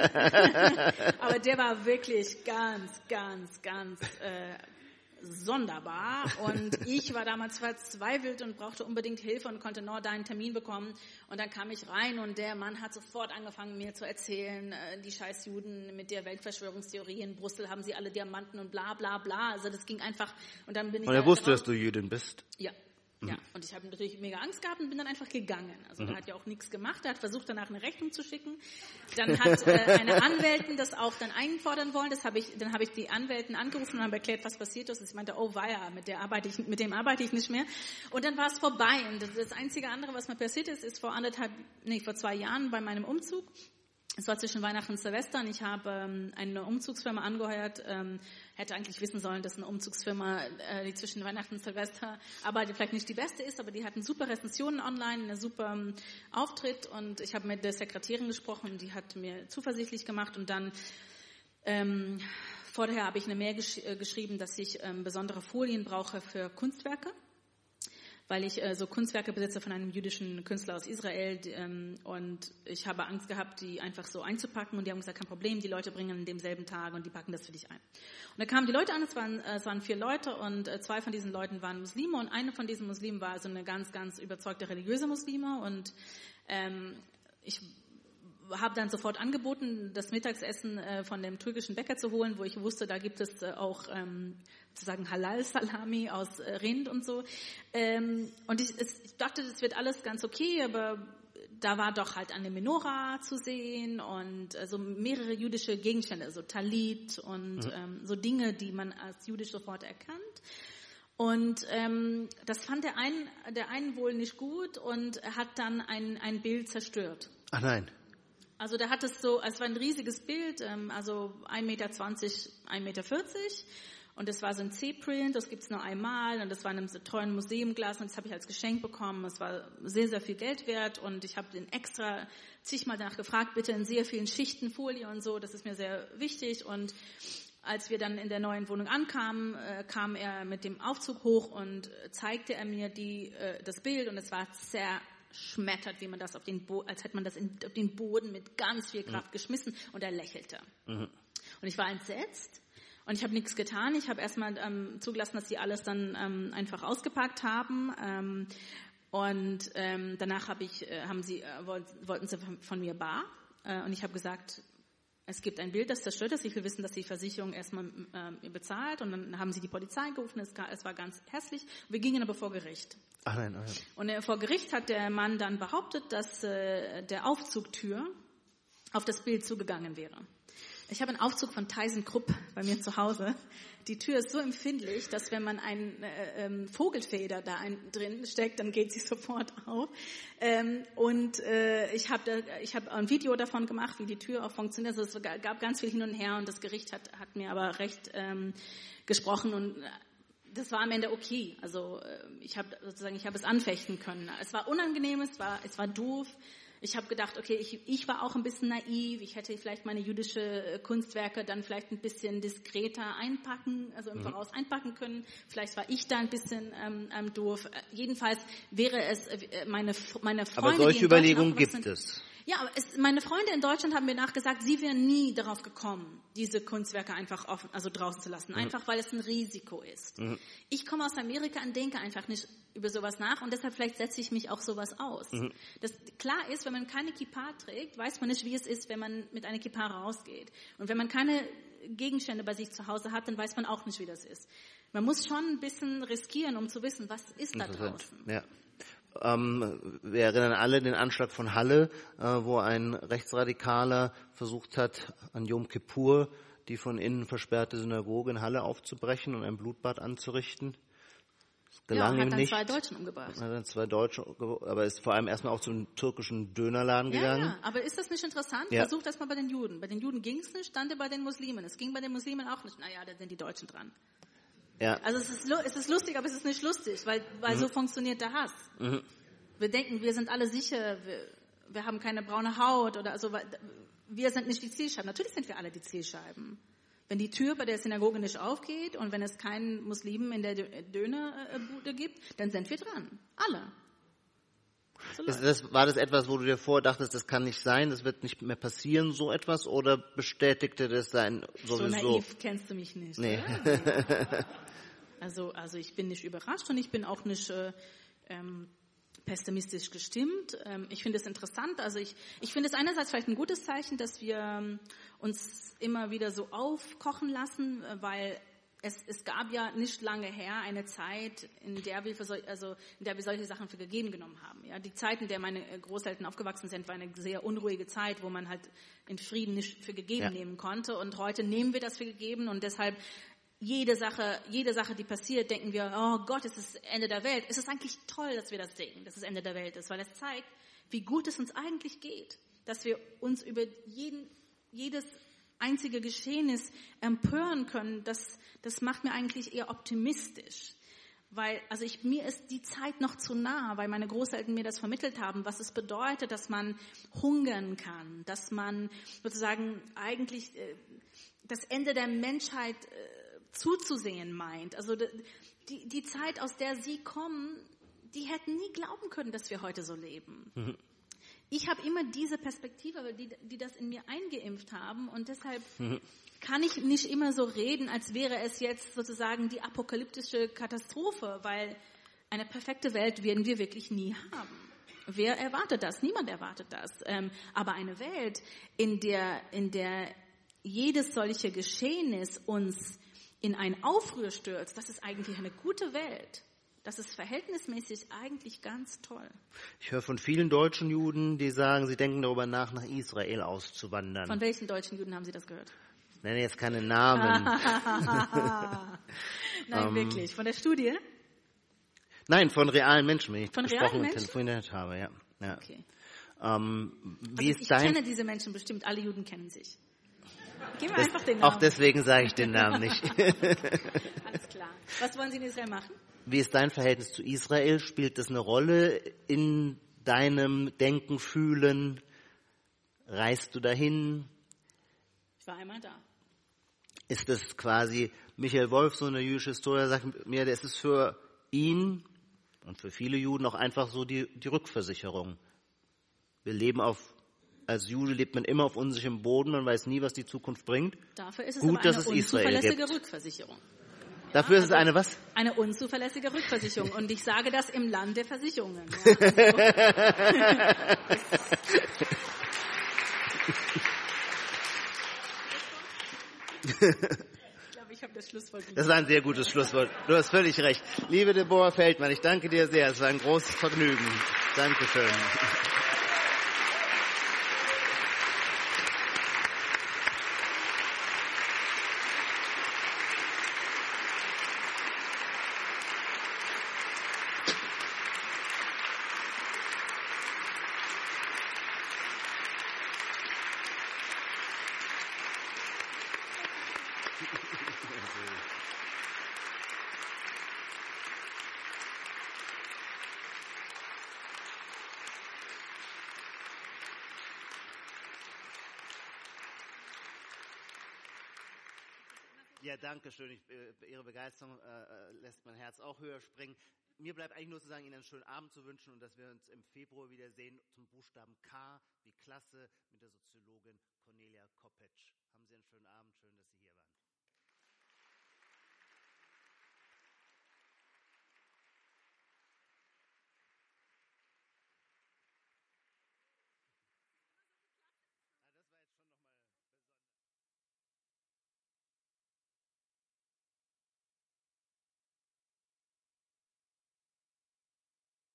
Aber der war wirklich ganz, ganz, ganz äh, sonderbar. Und ich war damals verzweifelt und brauchte unbedingt Hilfe und konnte nur da einen Termin bekommen. Und dann kam ich rein und der Mann hat sofort angefangen, mir zu erzählen, äh, die scheiß Juden mit der Weltverschwörungstheorie in Brüssel haben sie alle Diamanten und bla bla bla. Also das ging einfach. Und dann bin ich. Und er wusste, dass du Jüdin bist. Ja. Ja, und ich habe natürlich mega Angst gehabt und bin dann einfach gegangen. Also mhm. er hat ja auch nichts gemacht, er hat versucht, danach eine Rechnung zu schicken. Dann hat äh, eine Anwältin das auch dann einfordern wollen. Das habe ich, dann habe ich die Anwältin angerufen und habe erklärt, was passiert ist. Und ich meinte, oh weia, mit der arbeite ich, mit dem arbeite ich nicht mehr. Und dann war es vorbei. Und das, das einzige andere, was mir passiert ist, ist vor anderthalb, nee, vor zwei Jahren bei meinem Umzug. Es war zwischen Weihnachten und Silvester und ich habe ähm, eine Umzugsfirma angeheuert. Ähm, hätte eigentlich wissen sollen, dass eine Umzugsfirma, äh, die zwischen Weihnachten und Silvester arbeitet, vielleicht nicht die beste ist, aber die hatten super Rezensionen online, einen super ähm, Auftritt. Und ich habe mit der Sekretärin gesprochen, die hat mir zuversichtlich gemacht. Und dann ähm, vorher habe ich eine Mail gesch- äh, geschrieben, dass ich ähm, besondere Folien brauche für Kunstwerke, weil ich äh, so Kunstwerke besitze von einem jüdischen Künstler aus Israel ähm, und ich habe Angst gehabt, die einfach so einzupacken und die haben gesagt, kein Problem, die Leute bringen an demselben Tag und die packen das für dich ein. Und da kamen die Leute an, es waren, äh, es waren vier Leute und äh, zwei von diesen Leuten waren Muslime und eine von diesen Muslimen war so eine ganz, ganz überzeugte religiöse Muslime und ähm, ich habe dann sofort angeboten, das Mittagessen äh, von dem türkischen Bäcker zu holen, wo ich wusste, da gibt es äh, auch ähm, sozusagen Halal-Salami aus äh, Rind und so. Ähm, und ich, es, ich dachte, das wird alles ganz okay, aber da war doch halt eine Menorah zu sehen und äh, so mehrere jüdische Gegenstände, so Talit und mhm. ähm, so Dinge, die man als jüdisch sofort erkannt. Und ähm, das fand der einen, der einen wohl nicht gut und hat dann ein, ein Bild zerstört. Ach nein. Also da hat es so, es war ein riesiges Bild, ähm, also ein Meter zwanzig, ein Meter vierzig. Und das war so ein C-Print, das gibt's nur einmal und das war in einem so tollen Museumglas und das habe ich als Geschenk bekommen. Es war sehr, sehr viel Geld wert und ich habe den extra zigmal danach gefragt, bitte in sehr vielen Schichten Folie und so, das ist mir sehr wichtig. Und als wir dann in der neuen Wohnung ankamen, äh, kam er mit dem Aufzug hoch und zeigte er mir die, äh, das Bild und es war zerschmettert, wie man das auf den Bo- als hätte man das in, auf den Boden mit ganz viel Kraft mhm. geschmissen und er lächelte. Mhm. Und ich war entsetzt. Und ich habe nichts getan. Ich habe erstmal ähm, zugelassen, dass sie alles dann ähm, einfach ausgepackt haben. Ähm, und ähm, danach hab ich, äh, haben sie, äh, wollten sie von, von mir bar. Äh, und ich habe gesagt, es gibt ein Bild, das zerstört ist. Ich will wissen, dass die Versicherung erstmal äh, bezahlt. Und dann haben sie die Polizei gerufen. Es, es war ganz hässlich. Wir gingen aber vor Gericht. Ach nein, oh ja. Und äh, vor Gericht hat der Mann dann behauptet, dass äh, der Aufzugtür auf das Bild zugegangen wäre. Ich habe einen Aufzug von ThyssenKrupp bei mir zu Hause. Die Tür ist so empfindlich, dass wenn man einen äh, ähm, Vogelfeder da ein, drin steckt, dann geht sie sofort auf. Ähm, und äh, ich habe ich hab ein Video davon gemacht, wie die Tür auch funktioniert. Also es gab ganz viel hin und her und das Gericht hat, hat mir aber recht ähm, gesprochen und das war am Ende okay. Also äh, ich habe sozusagen, ich habe es anfechten können. Es war unangenehm, es war, es war doof. Ich habe gedacht, okay, ich, ich war auch ein bisschen naiv. Ich hätte vielleicht meine jüdische Kunstwerke dann vielleicht ein bisschen diskreter einpacken, also im mhm. Voraus einpacken können. Vielleicht war ich da ein bisschen ähm, ähm, doof. Jedenfalls wäre es äh, meine meine Freunde. Aber solche Überlegungen gibt es. Ja, aber es, meine Freunde in Deutschland haben mir nachgesagt, sie wären nie darauf gekommen, diese Kunstwerke einfach offen, also draußen zu lassen, mhm. einfach weil es ein Risiko ist. Mhm. Ich komme aus Amerika und denke einfach nicht über sowas nach und deshalb vielleicht setze ich mich auch sowas aus. Mhm. Das klar ist, wenn man keine Kippa trägt, weiß man nicht, wie es ist, wenn man mit einer Kippa rausgeht. Und wenn man keine Gegenstände bei sich zu Hause hat, dann weiß man auch nicht, wie das ist. Man muss schon ein bisschen riskieren, um zu wissen, was ist da draußen. Ja. Ähm, wir erinnern alle den Anschlag von Halle, äh, wo ein Rechtsradikaler versucht hat, an Yom Kippur die von innen versperrte Synagoge in Halle aufzubrechen und ein Blutbad anzurichten. Das gelang ja, ihm hat dann nicht. zwei Deutschen umgebracht. Hat dann zwei Deutsche, aber ist vor allem erstmal auch zum türkischen Dönerladen ja, gegangen. Ja, aber ist das nicht interessant? Ja. Versucht das mal bei den Juden. Bei den Juden ging es nicht, dann bei den Muslimen. Es ging bei den Muslimen auch nicht. Naja, da sind die Deutschen dran. Ja. Also es ist, es ist lustig, aber es ist nicht lustig, weil, weil mhm. so funktioniert der Hass. Mhm. Wir denken, wir sind alle sicher, wir, wir haben keine braune Haut oder also wir sind nicht die Zielscheiben. Natürlich sind wir alle die Zielscheiben. Wenn die Tür bei der Synagoge nicht aufgeht und wenn es keinen Muslimen in der Dönerbude gibt, dann sind wir dran. Alle. So ist das, war das etwas, wo du dir vordachtest, das kann nicht sein, das wird nicht mehr passieren, so etwas, oder bestätigte das sein sowieso? So naiv kennst du mich nicht. Nee. also, also ich bin nicht überrascht und ich bin auch nicht äh, ähm, pessimistisch gestimmt. Ähm, ich finde es interessant. Also ich, ich finde es einerseits vielleicht ein gutes Zeichen, dass wir ähm, uns immer wieder so aufkochen lassen, weil Es, es gab ja nicht lange her eine Zeit, in der wir für sol- also in der wir solche Sachen für gegeben genommen haben. Ja, die Zeit, in der meine Großeltern aufgewachsen sind, war eine sehr unruhige Zeit, wo man halt in Frieden nicht für gegeben ja. nehmen konnte. Und heute nehmen wir das für gegeben und deshalb jede Sache, jede Sache, die passiert, denken wir, oh Gott, es ist das Ende der Welt. Es ist eigentlich toll, dass wir das denken, dass es das Ende der Welt ist, weil es zeigt, wie gut es uns eigentlich geht, dass wir uns über jeden, jedes einzige Geschehnis empören können. Das Das macht mir eigentlich eher optimistisch, weil also ich, mir ist die Zeit noch zu nah, weil meine Großeltern mir das vermittelt haben, was es bedeutet, dass man hungern kann, dass man sozusagen eigentlich äh, das Ende der Menschheit äh, zuzusehen meint. Also die, die Zeit, aus der sie kommen, die hätten nie glauben können, dass wir heute so leben. Mhm. Ich habe immer diese Perspektive, die, die das in mir eingeimpft haben und deshalb mhm. kann ich nicht immer so reden, als wäre es jetzt sozusagen die apokalyptische Katastrophe, weil eine perfekte Welt werden wir wirklich nie haben. Wer erwartet das? Niemand erwartet das. Ähm, aber eine Welt, in der, in der jedes solche Geschehnis uns in ein Aufruhr stürzt, das ist eigentlich eine gute Welt. Das ist verhältnismäßig eigentlich ganz toll. Ich höre von vielen deutschen Juden, die sagen, sie denken darüber nach, nach Israel auszuwandern. Von welchen deutschen Juden haben Sie das gehört? Ich nenne jetzt keine Namen. Nein, um, wirklich. Von der Studie? Nein, von realen Menschen, wenn ich von gesprochen und telefoniert habe. Ja. Ja. Okay. Ähm, wie Also ist ich dein... kenne diese Menschen bestimmt, alle Juden kennen sich. Geben wir Das, einfach den Namen. auch deswegen sage ich den Namen nicht. Alles klar. Was wollen Sie in Israel machen? Wie ist dein Verhältnis zu Israel? Spielt das eine Rolle in deinem Denken, Fühlen? Reist du dahin? Ich war einmal da. Ist das quasi, Michael Wolf, so eine jüdische Historiker, sagt mir, das ist für ihn und für viele Juden auch einfach so die, die Rückversicherung. Wir leben auf, als Jude lebt man immer auf unsicherem Boden, man weiß nie, was die Zukunft bringt. Dafür ist es Gut, aber dass eine es Israel unzuverlässige gibt. Rückversicherung. Dafür Ja, ist es also eine was? Eine unzuverlässige Rückversicherung. Und ich sage das im Land der Versicherungen. Ja, also ich glaube, ich habe das Schlusswort. Das ist ein sehr gutes Schlusswort. Du hast völlig recht. Liebe Deborah Feldmann, ich danke dir sehr. Es war ein großes Vergnügen. Dankeschön. Ja, danke schön. Ich, äh, Ihre Begeisterung äh, lässt mein Herz auch höher springen. Mir bleibt eigentlich nur zu sagen, Ihnen einen schönen Abend zu wünschen und dass wir uns im Februar wiedersehen zum Buchstaben K wie Klasse mit der Soziologin Cornelia Koppetsch. Haben Sie einen schönen Abend. Schön, dass Sie hier waren.